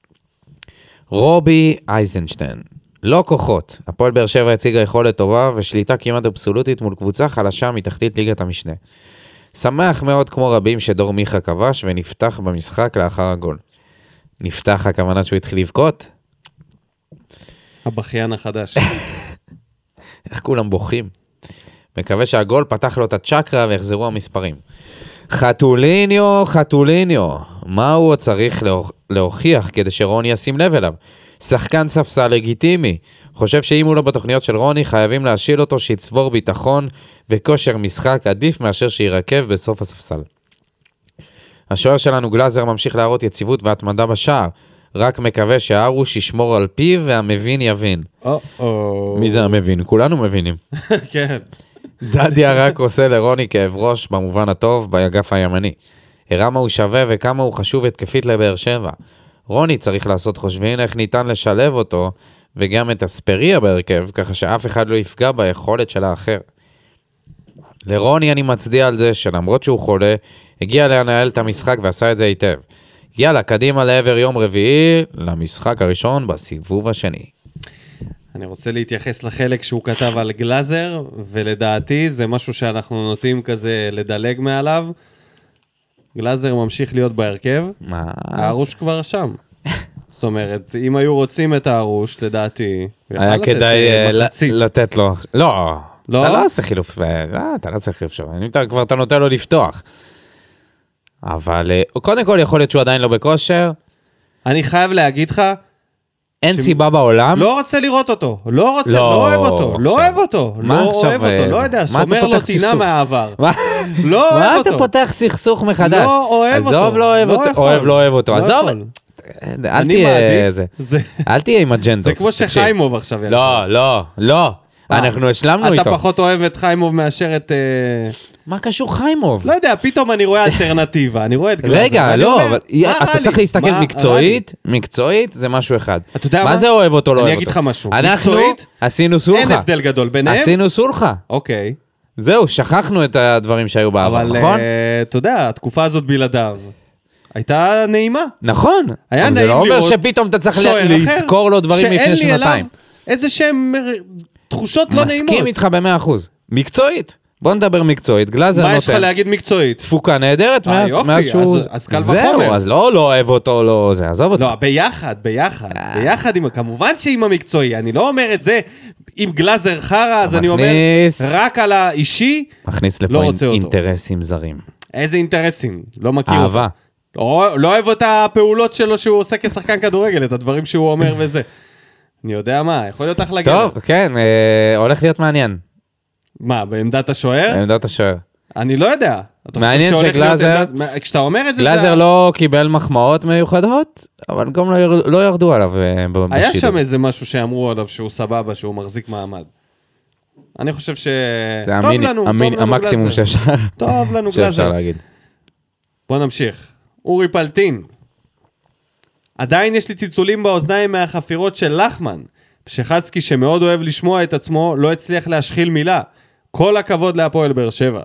רובי אייזנשטיין. לא כוחות. הפועל באר שבע הציגה יכולת טובה ושליטה כמעט אבסולוטית מול קבוצה חלשה מתחתית ליגת המשנה. שמח מאוד כמו רבים שדור מיכה כבש ונפתח במשחק לאחר הגול. נפתח הכוונה שהוא התחיל לבכות? הבכיין החדש. איך כולם בוכים? מקווה שהגול פתח לו את הצ'קרה ויחזרו המספרים. חתוליניו, חתוליניו. מה הוא צריך להוכיח כדי שרוני ישים לב אליו? שחקן ספסל לגיטימי. חושב שאם הוא לא בתוכניות של רוני, חייבים להשיל אותו שיצבור ביטחון וכושר משחק עדיף מאשר שירכב בסוף הספסל. השוער שלנו גלאזר ממשיך להראות יציבות והתמדה בשער. רק מקווה שהארוש ישמור על פיו והמבין יבין. מי זה המבין? כולנו מבינים. כן. דדיה רק עושה לרוני כאב ראש במובן הטוב באגף הימני. הראה מה הוא שווה וכמה הוא חשוב התקפית לבאר שבע. רוני צריך לעשות חושבים איך ניתן לשלב אותו וגם את אספריה בהרכב, ככה שאף אחד לא יפגע ביכולת של האחר. לרוני אני מצדיע על זה שלמרות שהוא חולה, הגיע לנהל את המשחק ועשה את זה היטב. יאללה, קדימה לעבר יום רביעי, למשחק הראשון בסיבוב השני. אני רוצה להתייחס לחלק שהוא כתב על גלאזר, ולדעתי זה משהו שאנחנו נוטים כזה לדלג מעליו. גלאזר ממשיך להיות בהרכב, הארוש כבר שם. זאת אומרת, אם היו רוצים את הארוש, לדעתי, היה כדאי לתת לו. לא, אתה לא עושה חילוף, אתה לא צריך חילוף שם, כבר אתה נותן לו לפתוח. אבל קודם כל יכול להיות שהוא עדיין לא בכושר. אני חייב להגיד לך, אין סיבה בעולם. לא רוצה לראות אותו, לא רוצה, לא אוהב אותו, לא אוהב אותו, לא אוהב אותו, לא יודע, שומר לו טינה מהעבר. לא אוהב אותו. מה אתה פותח סכסוך מחדש? לא אוהב אותו. עזוב, לא אוהב אותו, אוהב, לא אוהב אותו, עזוב. אל תהיה זה. אל תהיה עם אג'נדות. זה כמו שחיימוב עכשיו יחזור. לא, לא, לא. אנחנו השלמנו איתו. אתה פחות אוהב את חיימוב מאשר את... מה קשור חיימוב? לא יודע, פתאום אני רואה אלטרנטיבה, אני רואה את גלאזר. רגע, לא, אבל אתה צריך להסתכל מקצועית, מקצועית זה משהו אחד. אתה יודע מה? מה זה אוהב אותו, לא אוהב אותו? אני אגיד לך משהו. אנחנו עשינו סולחה. אין הבדל גדול ביניהם. עשינו סולחה. אוקיי. זהו, שכחנו את הדברים שהיו בעבר, נכון? אבל אתה יודע, התקופה הזאת בלעדיו. הייתה נעימה. נכון. היה נעים לראות. זה לא אומר שפתאום אתה צריך לזכור לו דברים לפני שנתיים. איזה שהם תחושות לא נעימות. מסכים איתך ב-מאה אחוז. מקצועית. בוא נדבר מקצועית. גלאזר נותן. מה יש לך להגיד מקצועית? תפוקה נהדרת מאז שהוא... אז קל וחומר. זהו, אז לא, לא אוהב אותו, לא זה, עזוב אותו. לא, ביחד, ביחד. ביחד עם, כמובן שעם המקצועי. אני לא אומר את זה, אם גלאזר חרה, אז אני אומר, רק על האישי, מכניס לפה אינטרסים זרים. איזה אינטרסים? לא מכיר אותו. אהבה. לא אוהב את הפעולות שלו שהוא עושה כשחקן כדורגל, את הדברים שהוא אומר וזה. אני יודע מה, יכול להיות אחלה גבר. טוב, כן, הולך להיות מעניין. מה, בעמדת השוער? בעמדת השוער. אני לא יודע. מעניין שגלאזר... כשאתה אומר את זה... גלאזר לא קיבל מחמאות מיוחדות, אבל גם לא ירדו עליו בשידור. היה שם איזה משהו שאמרו עליו שהוא סבבה, שהוא מחזיק מעמד. אני חושב ש... טוב לנו, טוב לנו המקסימום שאפשר. טוב לנו גלאזר. בוא נמשיך. אורי פלטין. עדיין יש לי צלצולים באוזניים מהחפירות של לחמן. פשחצקי שמאוד אוהב לשמוע את עצמו, לא הצליח להשחיל מילה. כל הכבוד להפועל באר שבע.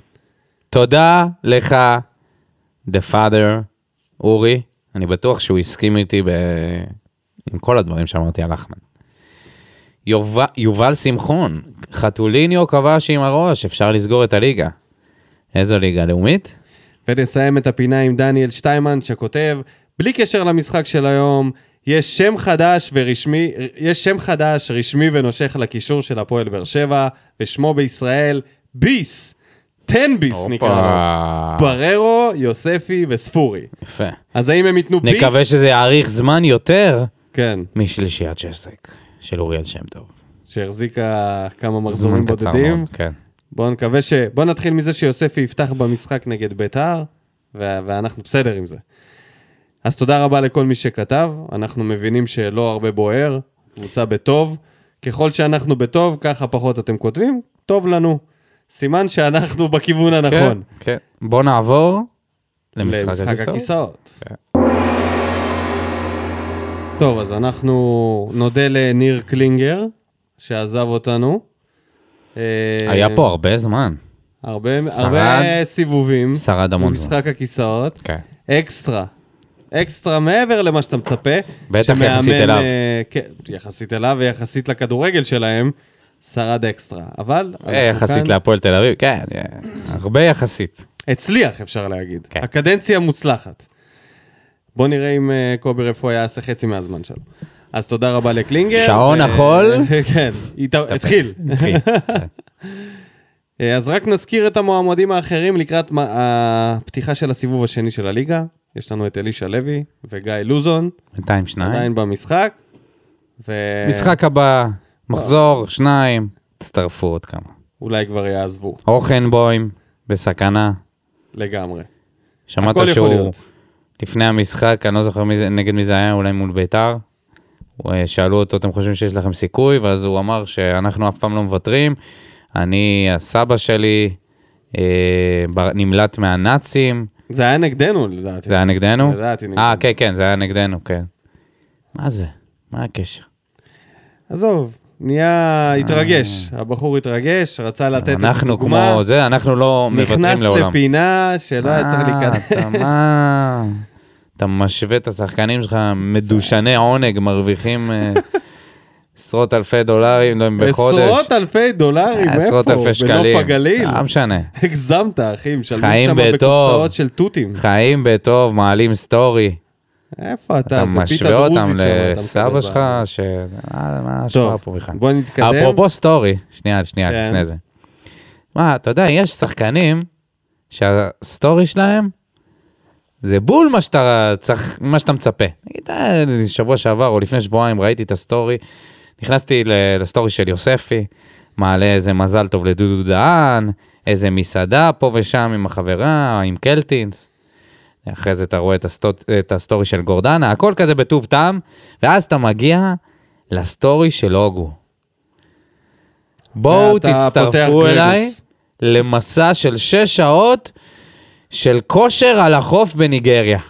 תודה לך, the father, אורי. אני בטוח שהוא הסכים איתי ב... עם כל הדברים שאמרתי על לחמן. יובל, יובל שמחון, חתוליניו קבע שעם הראש, אפשר לסגור את הליגה. איזו ליגה? לאומית? ונסיים את הפינה עם דניאל שטיימן שכותב, בלי קשר למשחק של היום, יש שם חדש ורשמי, יש שם חדש, רשמי ונושך לקישור של הפועל באר שבע, ושמו בישראל, ביס. תן ביס נקרא לו. בררו, יוספי וספורי. יפה. אז האם הם ייתנו ביס? נקווה שזה יאריך זמן יותר. כן. משלישיית שסק, של אוריאל שם טוב. שהחזיקה כמה מחזורים בודדים. כן. בואו נקווה ש... בואו נתחיל מזה שיוספי יפתח במשחק נגד בית"ר, ו... ואנחנו בסדר עם זה. אז תודה רבה לכל מי שכתב, אנחנו מבינים שלא הרבה בוער, קבוצה בטוב, ככל שאנחנו בטוב, ככה פחות אתם כותבים, טוב לנו. סימן שאנחנו בכיוון הנכון. כן, כן. בוא נעבור למשחק, למשחק הכיסאות. כן. טוב, אז אנחנו נודה לניר קלינגר, שעזב אותנו. היה פה הרבה זמן. הרבה, הרבה סיבובים. שרד המון זמן. במשחק הכיסאות. כן. אקסטרה. אקסטרה מעבר למה שאתה מצפה. בטח יחסית אליו. כן, יחסית אליו ויחסית לכדורגל שלהם, שרד אקסטרה. אבל... יחסית כאן... להפועל תל אביב, כן, הרבה יחסית. הצליח, אפשר להגיד. כן. הקדנציה מוצלחת. בוא נראה אם קובי רפואה יעשה חצי מהזמן שלו. אז תודה רבה לקלינגר. שעון החול. כן, התחיל. התחיל. אז רק נזכיר את המועמדים האחרים לקראת הפתיחה של הסיבוב השני של הליגה. יש לנו את אלישע לוי וגיא לוזון. בינתיים שניים. עדיין במשחק. משחק הבא, מחזור, שניים, תצטרפו עוד כמה. אולי כבר יעזבו. אוכנבוים, בסכנה. לגמרי. שמעת שהוא לפני המשחק, אני לא זוכר נגד מי זה היה, אולי מול ביתר, שאלו אותו, אתם חושבים שיש לכם סיכוי? ואז הוא אמר שאנחנו אף פעם לא מוותרים, אני, הסבא שלי, נמלט מהנאצים. זה היה נגדנו, לדעתי. זה היה נגדנו? לדעתי נגדנו. אה, כן, כן, זה היה נגדנו, כן. מה זה? מה הקשר? עזוב, נהיה, התרגש. הבחור התרגש, רצה לתת את אנחנו כמו זה, אנחנו לא מוותרים לעולם. נכנס לפינה שלא היה צריך להיכנס. אתה מה? אתה משווה את השחקנים שלך, מדושני עונג, מרוויחים עשרות אלפי דולרים בחודש. עשרות אלפי דולרים, איפה? עשרות אלפי שקלים. בנוף הגליל. לא משנה. הגזמת, אחי, משלמים שם בקופסאות של טוטים. חיים בטוב, מעלים סטורי. איפה אתה? אתה משווה אותם לסבא שלך, ש... מה השוואה פה בכלל? בוא נתקדם. אפרופו סטורי, שנייה, שנייה, לפני זה. מה, אתה יודע, יש שחקנים שהסטורי שלהם זה בול מה שאתה צריך, מה שאתה מצפה. נגיד, שבוע שעבר או לפני שבועיים ראיתי את הסטורי, נכנסתי לסטורי של יוספי, מעלה איזה מזל טוב לדודו דהן, איזה מסעדה פה ושם עם החברה, עם קלטינס. אחרי זה אתה רואה את, הסטוט, את הסטורי של גורדנה, הכל כזה בטוב טעם, ואז אתה מגיע לסטורי של אוגו. בואו תצטרפו אליי למסע של שש שעות של כושר על החוף בניגריה.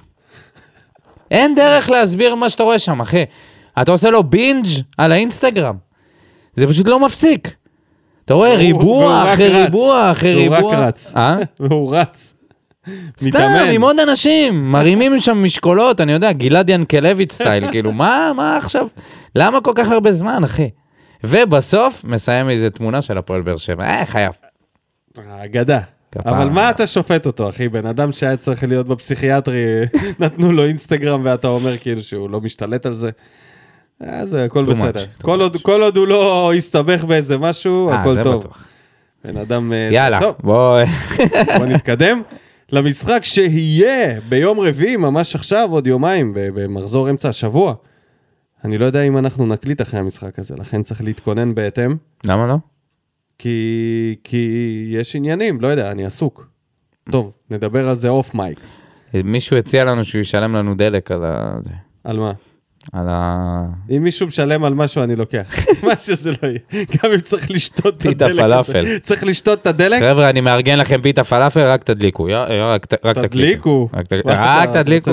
אין דרך להסביר מה שאתה רואה שם, אחי. אתה עושה לו בינג' על האינסטגרם. זה פשוט לא מפסיק. אתה רואה ריבוע אחרי ריבוע אחרי ריבוע. והוא רק רץ. והוא רץ. סתם, עם עוד אנשים, מרימים שם משקולות, אני יודע, גלעד ינקלביץ' סטייל, כאילו, מה, מה עכשיו? למה כל כך הרבה זמן, אחי? ובסוף, מסיים איזו תמונה של הפועל באר שבע, אה, חייב. אגדה. אבל מה אתה שופט אותו, אחי? בן אדם שהיה צריך להיות בפסיכיאטרי, נתנו לו אינסטגרם, ואתה אומר כאילו שהוא לא משתלט על זה. אז הכל בסדר. כל עוד הוא לא יסתבך באיזה משהו, הכל טוב. בן אדם... יאללה, בוא... בוא נתקדם. למשחק שיהיה ביום רביעי, ממש עכשיו, עוד יומיים, במחזור אמצע השבוע. אני לא יודע אם אנחנו נקליט אחרי המשחק הזה, לכן צריך להתכונן בהתאם. למה לא? כי, כי יש עניינים, לא יודע, אני עסוק. טוב, נדבר על זה אוף מייק. מישהו הציע לנו שהוא ישלם לנו דלק על זה. על מה? על ה... אם מישהו משלם על משהו, אני לוקח. מה שזה לא יהיה. גם אם צריך לשתות את הדלק. פיתה פלאפל. צריך לשתות את הדלק. חבר'ה, אני מארגן לכם פיתה פלאפל, רק תדליקו. רק תדליקו. רק תדליקו.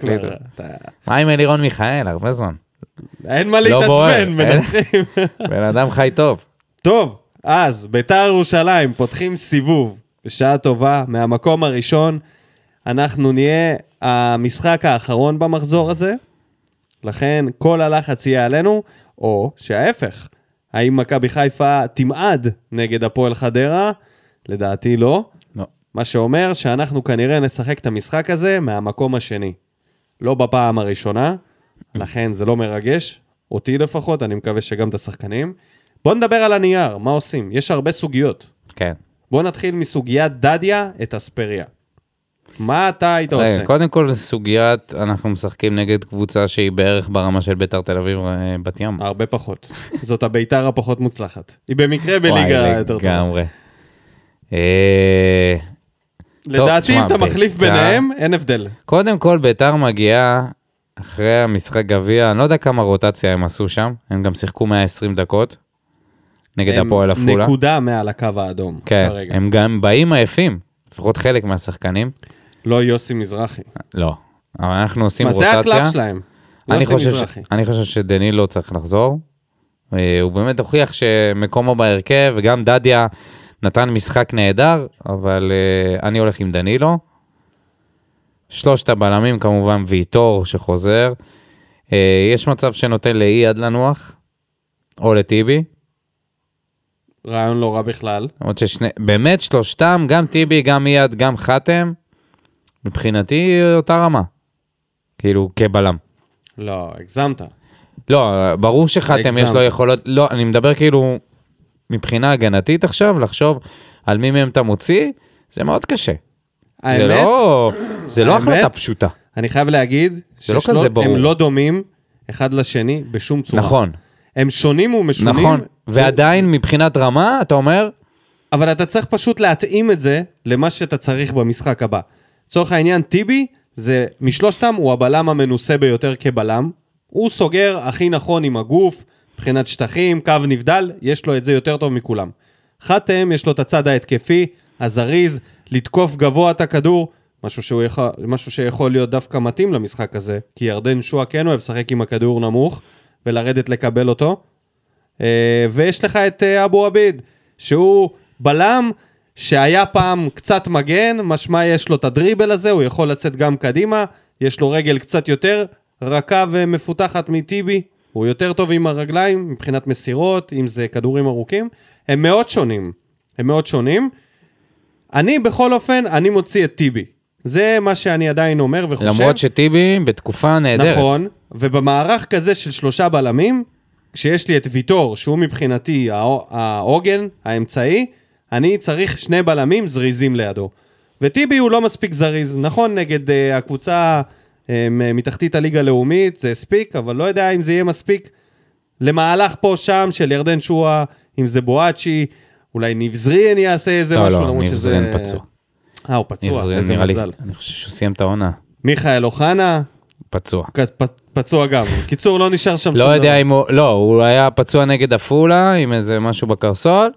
מה עם אלירון מיכאל? הרבה זמן. אין מה להתעצבן, מנצחים. בן אדם חי טוב. טוב, אז בית"ר ירושלים פותחים סיבוב בשעה טובה מהמקום הראשון. אנחנו נהיה המשחק האחרון במחזור הזה. לכן כל הלחץ יהיה עלינו, או שההפך, האם מכבי חיפה תמעד נגד הפועל חדרה? לדעתי לא. לא. מה שאומר שאנחנו כנראה נשחק את המשחק הזה מהמקום השני. לא בפעם הראשונה, לכן זה לא מרגש, אותי לפחות, אני מקווה שגם את השחקנים. בואו נדבר על הנייר, מה עושים? יש הרבה סוגיות. כן. בואו נתחיל מסוגיית דדיה את אספריה. מה אתה היית עושה? קודם כל, סוגיית, אנחנו משחקים נגד קבוצה שהיא בערך ברמה של בית"ר תל אביב בת ים. הרבה פחות. זאת הבית"ר הפחות מוצלחת. היא במקרה בליגה יותר טובה. לגמרי. לדעתי, אם אתה מחליף ביניהם, אין הבדל. קודם כל, בית"ר מגיעה אחרי המשחק גביע, אני לא יודע כמה רוטציה הם עשו שם, הם גם שיחקו מאה ועשרים דקות, נגד הפועל עפולה. נקודה מעל הקו האדום. כן, הם גם באים עייפים, לפחות חלק מהשחקנים. לא יוסי מזרחי. לא, אבל אנחנו עושים רוטציה. מה זה הקלף שלהם? יוסי מזרחי. אני חושב שדנילו צריך לחזור, הוא באמת הוכיח שמקומו בהרכב, וגם דדיה נתן משחק נהדר, אבל אני הולך עם דנילו. שלושת הבלמים כמובן, ויטור שחוזר. יש מצב שנותן לאי עד לנוח, או לטיבי. רעיון לא רע בכלל. באמת שלושתם, גם טיבי, גם אייד, גם חתם, מבחינתי אותה רמה. כאילו, כבלם. לא, הגזמת. לא, ברור שחתם יש לו יכולות, לא, אני מדבר כאילו, מבחינה הגנתית עכשיו, לחשוב על מי מהם אתה מוציא, זה מאוד קשה. האמת, זה לא, זה לא החלטה פשוטה. אני חייב להגיד, שהם לא דומים אחד לשני בשום צורה. נכון. הם שונים ומשונים. נכון, ועדיין מבחינת רמה, אתה אומר... אבל אתה צריך פשוט להתאים את זה למה שאתה צריך במשחק הבא. לצורך העניין, טיבי, זה משלושתם, הוא הבלם המנוסה ביותר כבלם, הוא סוגר הכי נכון עם הגוף, מבחינת שטחים, קו נבדל, יש לו את זה יותר טוב מכולם. חתם, יש לו את הצד ההתקפי, הזריז, לתקוף גבוה את הכדור, משהו, שהוא יכול, משהו שיכול להיות דווקא מתאים למשחק הזה, כי ירדן שואה כן אוהב לשחק עם הכדור נמוך, ולרדת לקבל אותו. ויש לך את אבו עביד, שהוא בלם, שהיה פעם קצת מגן, משמע יש לו את הדריבל הזה, הוא יכול לצאת גם קדימה, יש לו רגל קצת יותר רכה ומפותחת מטיבי, הוא יותר טוב עם הרגליים, מבחינת מסירות, אם זה כדורים ארוכים, הם מאוד שונים, הם מאוד שונים. אני בכל אופן, אני מוציא את טיבי, זה מה שאני עדיין אומר וחושב. למרות שטיבי בתקופה נהדרת. נכון, ובמערך כזה של שלושה בלמים, כשיש לי את ויטור, שהוא מבחינתי העוגן, האמצעי, אני צריך שני בלמים זריזים לידו. וטיבי הוא לא מספיק זריז, נכון, נגד uh, הקבוצה um, מתחתית הליגה הלאומית, זה הספיק, אבל לא יודע אם זה יהיה מספיק למהלך פה שם של ירדן שואה, אם זה בואצ'י, אולי ניבזריאן יעשה איזה לא, משהו. לא, לא, ניבזריאן פצוע. אה, הוא פצוע, איזה מזל. אני חושב שהוא סיים את העונה. מיכאל אוחנה. פצוע. פ, פצוע גם. קיצור, לא נשאר שם לא יודע אם הוא, לא, הוא היה פצוע נגד אפולה, עם איזה משהו בקרסול.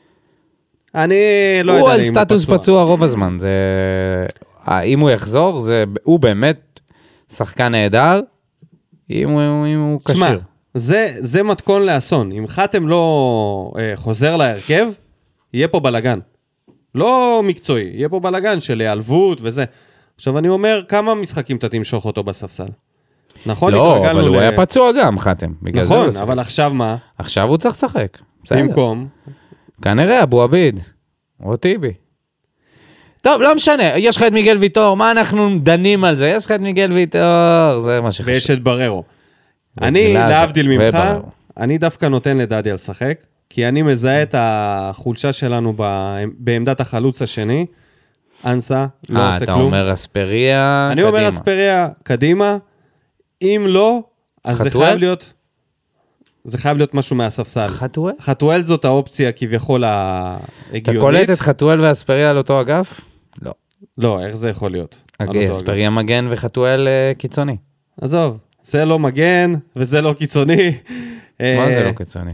אני לא יודע אם הוא פצוע. הוא על סטטוס פצוע רוב הזמן. זה, אם הוא יחזור, זה, הוא באמת שחקן נהדר, אם הוא, אם הוא קשיר. שמה, זה, זה מתכון לאסון. אם חתם לא אה, חוזר להרכב, יהיה פה בלגן. לא מקצועי, יהיה פה בלגן של העלבות וזה. עכשיו אני אומר, כמה משחקים אתה תמשוך אותו בספסל? נכון? לא, אבל הוא ל... היה פצוע גם, חתם. נכון, אבל עכשיו מה? עכשיו הוא צריך לשחק. במקום? כנראה, אבו עביד. או טיבי. טוב, לא משנה. יש לך את מיגל ויטור, מה אנחנו דנים על זה? יש לך את מיגל ויטור, זה מה שחשוב. ויש את בררו. אני, להבדיל ממך, אני דווקא נותן לדדיה לשחק, כי אני מזהה את החולשה שלנו בעמדת החלוץ השני, אנסה, לא עושה כלום. אתה אומר אספריה, אני אומר אספריה, קדימה, אם לא, אז זה חייב להיות, זה חייב להיות משהו מהספסל. חתואל? חתואל זאת האופציה כביכול ההגיונית. אתה קולט את חתואל ואספריה על אותו אגף? לא. לא, איך זה יכול להיות? אספריה מגן וחתואל קיצוני. עזוב, זה לא מגן וזה לא קיצוני. מה זה לא קיצוני?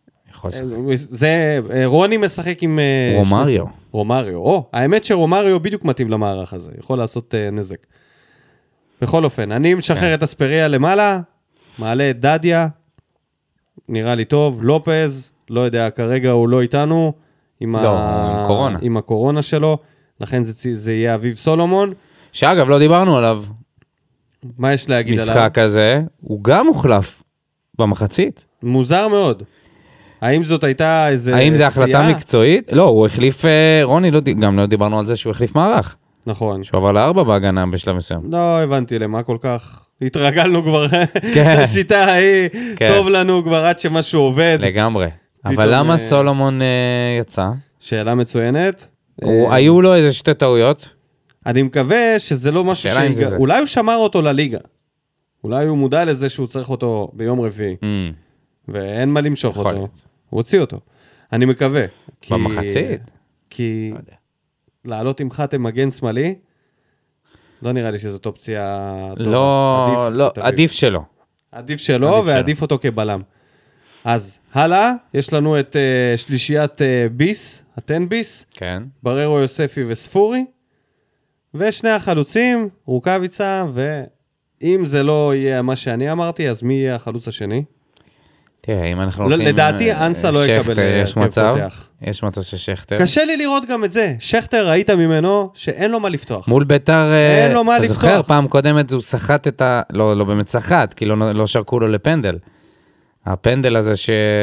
זה, רוני משחק עם... רומריו. רומריו, או, האמת שרומריו בדיוק מתאים למערך הזה, יכול לעשות נזק. בכל אופן, אני משחרר את אספריה למעלה, מעלה את דדיה, נראה לי טוב, לופז, לא יודע, כרגע הוא לא איתנו, עם, לא, ה... עם קורונה. עם הקורונה שלו, לכן זה, זה יהיה אביב סולומון. שאגב, לא דיברנו עליו. מה יש להגיד משחק עליו? משחק הזה, הוא גם מוחלף במחצית. מוזר מאוד. האם זאת הייתה איזה... האם זה החלטה מקצועית? לא, הוא החליף, רוני, לא, גם לא דיברנו על זה שהוא החליף מערך. נכון. שהוא עבר לארבע בהגנה בשלב מסוים. לא הבנתי למה כל כך... התרגלנו כבר, השיטה ההיא, טוב לנו כבר עד שמשהו עובד. לגמרי. אבל למה סולומון יצא? שאלה מצוינת. היו לו איזה שתי טעויות? אני מקווה שזה לא משהו ש... אולי הוא שמר אותו לליגה. אולי הוא מודע לזה שהוא צריך אותו ביום רביעי. ואין מה למשוך אותו. הוא הוציא אותו. אני מקווה. במחצית? כי לעלות עם חתם מגן שמאלי, לא נראה לי שזאת אופציה טובה. לא, לא, עדיף שלו. עדיף שלו, ועדיף אותו כבלם. אז הלאה, יש לנו את שלישיית ביס, התן ביס, כן. בררו יוספי וספורי, ושני החלוצים, רוקביצה, ואם זה לא יהיה מה שאני אמרתי, אז מי יהיה החלוץ השני? תראה, אם אנחנו הולכים... לדעתי, אנסה לא יקבל פותח. יש מצב ששכתר. קשה לי לראות גם את זה. שכתר, ראית ממנו שאין לו מה לפתוח. מול ביתר... אין לו מה לפתוח. אתה זוכר, פעם קודמת הוא שחט את ה... לא, לא באמת שחט, כי לא שרקו לו לפנדל. הפנדל הזה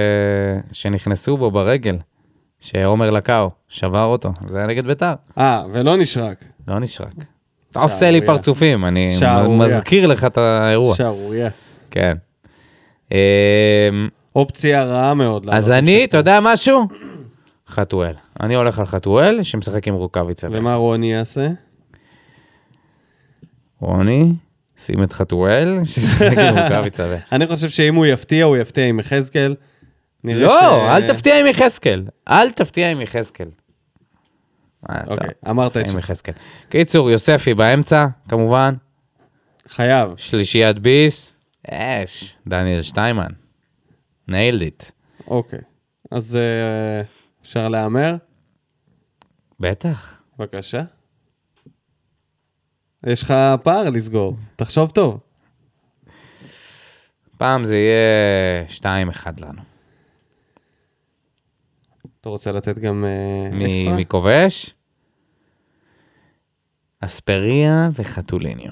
שנכנסו בו ברגל, שעומר לקאו, שבר אותו. זה היה נגד ביתר. אה, ולא נשרק. לא נשרק. אתה עושה לי פרצופים, אני מזכיר לך את האירוע. שערוריה. כן. אופציה רעה מאוד. אז אני, אתה יודע משהו? חתואל. אני הולך על חתואל, שמשחק עם רוקביצה. ומה רוני יעשה? רוני, שים את חתואל, שמשחק עם רוקביצה. אני חושב שאם הוא יפתיע, הוא יפתיע עם יחזקאל. לא, אל תפתיע עם יחזקאל. אל תפתיע עם יחזקאל. אוקיי, אמרת את זה. קיצור, יוספי באמצע, כמובן. חייב. שלישיית ביס, אש, דניאל שטיימן. nailed it. אוקיי, אז אפשר לאמר? בטח. בבקשה. יש לך פער לסגור, תחשוב טוב. פעם זה יהיה שתיים אחד לנו. אתה רוצה לתת גם אקסטרה? מי כובש? אספריה וחתוליניו.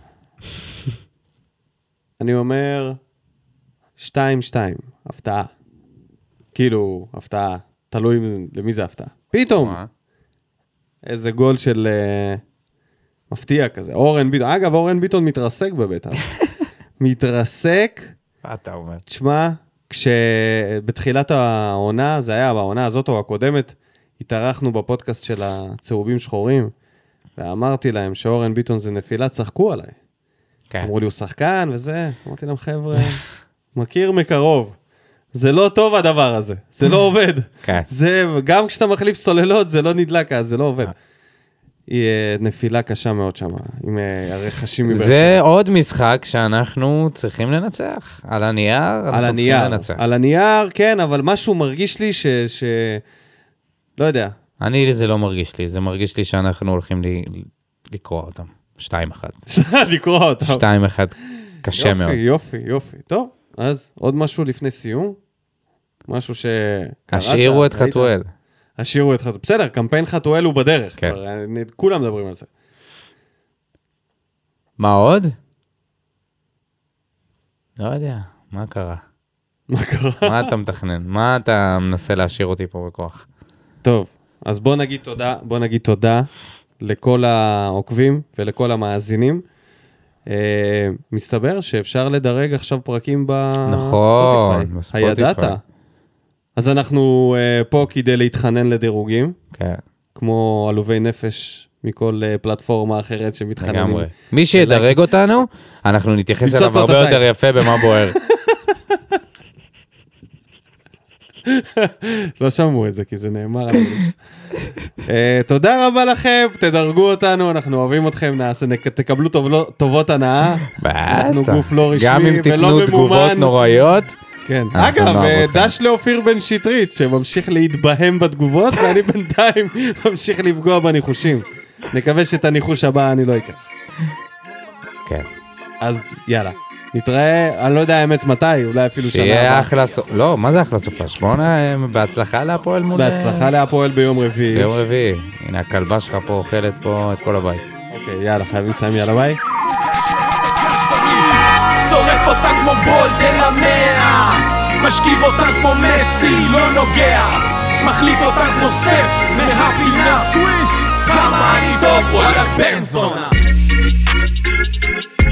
אני אומר שתיים שתיים, הפתעה. כאילו, הפתעה, תלוי למי זה הפתעה. פתאום, איזה גול של מפתיע כזה. אורן ביטון, אגב, אורן ביטון מתרסק בבית"ר. מתרסק. מה אתה אומר? תשמע, כשבתחילת העונה, זה היה בעונה הזאת או הקודמת, התארחנו בפודקאסט של הצהובים שחורים, ואמרתי להם שאורן ביטון זה נפילה, צחקו עליי. כן. אמרו לי, הוא שחקן וזה, אמרתי להם, חבר'ה, מכיר מקרוב. זה לא טוב הדבר הזה, זה לא עובד. כן. זה, גם כשאתה מחליף סוללות, זה לא נדלק, אז זה לא עובד. היא נפילה קשה מאוד שם, עם הרכשים מבאר שבע. זה עוד משחק שאנחנו צריכים לנצח. על הנייר, אנחנו צריכים לנצח. על הנייר, כן, אבל משהו מרגיש לי ש... ש... לא יודע. אני, זה לא מרגיש לי, זה מרגיש לי שאנחנו הולכים לקרוא אותם. שתיים אחד. לקרוא אותם. שתיים אחד, קשה מאוד. יופי, יופי, יופי. טוב, אז עוד משהו לפני סיום? משהו ש... השאירו את חתואל. השאירו את חתואל. בסדר, קמפיין חתואל הוא בדרך. כן. כולם מדברים על זה. מה עוד? לא יודע, מה קרה? מה קרה? מה אתה מתכנן? מה אתה מנסה להשאיר אותי פה בכוח? טוב, אז בוא נגיד תודה, בוא נגיד תודה לכל העוקבים ולכל המאזינים. אה, מסתבר שאפשר לדרג עכשיו פרקים בספוטיפיי. נכון, בספוטיפיי. הידעת? אז אנחנו אה, פה כדי להתחנן לדירוגים. כן. כמו עלובי נפש מכל אה, פלטפורמה אחרת שמתחננים. לגמרי. מי שידרג אותנו, אנחנו נתייחס אליו הרבה יותר יפה במה בוער. לא שמעו את זה, כי זה נאמר. תודה רבה לכם, תדרגו אותנו, אנחנו אוהבים אתכם, תקבלו טובות הנאה. אנחנו גוף לא רשמי גם אם תיתנו תגובות נוראיות. כן. אגב, דש לאופיר בן שטרית, שממשיך להתבהם בתגובות, ואני בינתיים ממשיך לפגוע בניחושים. נקווה שאת הניחוש הבא אני לא אקח. כן. אז יאללה. נתראה, אני לא יודע האמת מתי, אולי אפילו שנה. שיהיה אחלה סוף, לא, מה זה אחלה סופה? שמונה, בהצלחה להפועל מול... בהצלחה להפועל ביום רביעי. ביום רביעי. הנה, הכלבה שלך פה אוכלת פה את כל הבית. אוקיי, יאללה, חייבים לסיים, יאללה, ביי. שורף אותה כמו בולד אל המאה, משכיב אותה כמו מסי, לא נוגע, מחליט אותה כמו סטף, מהפינה סוויש, כמה אני טוב, וואלה בן זונה.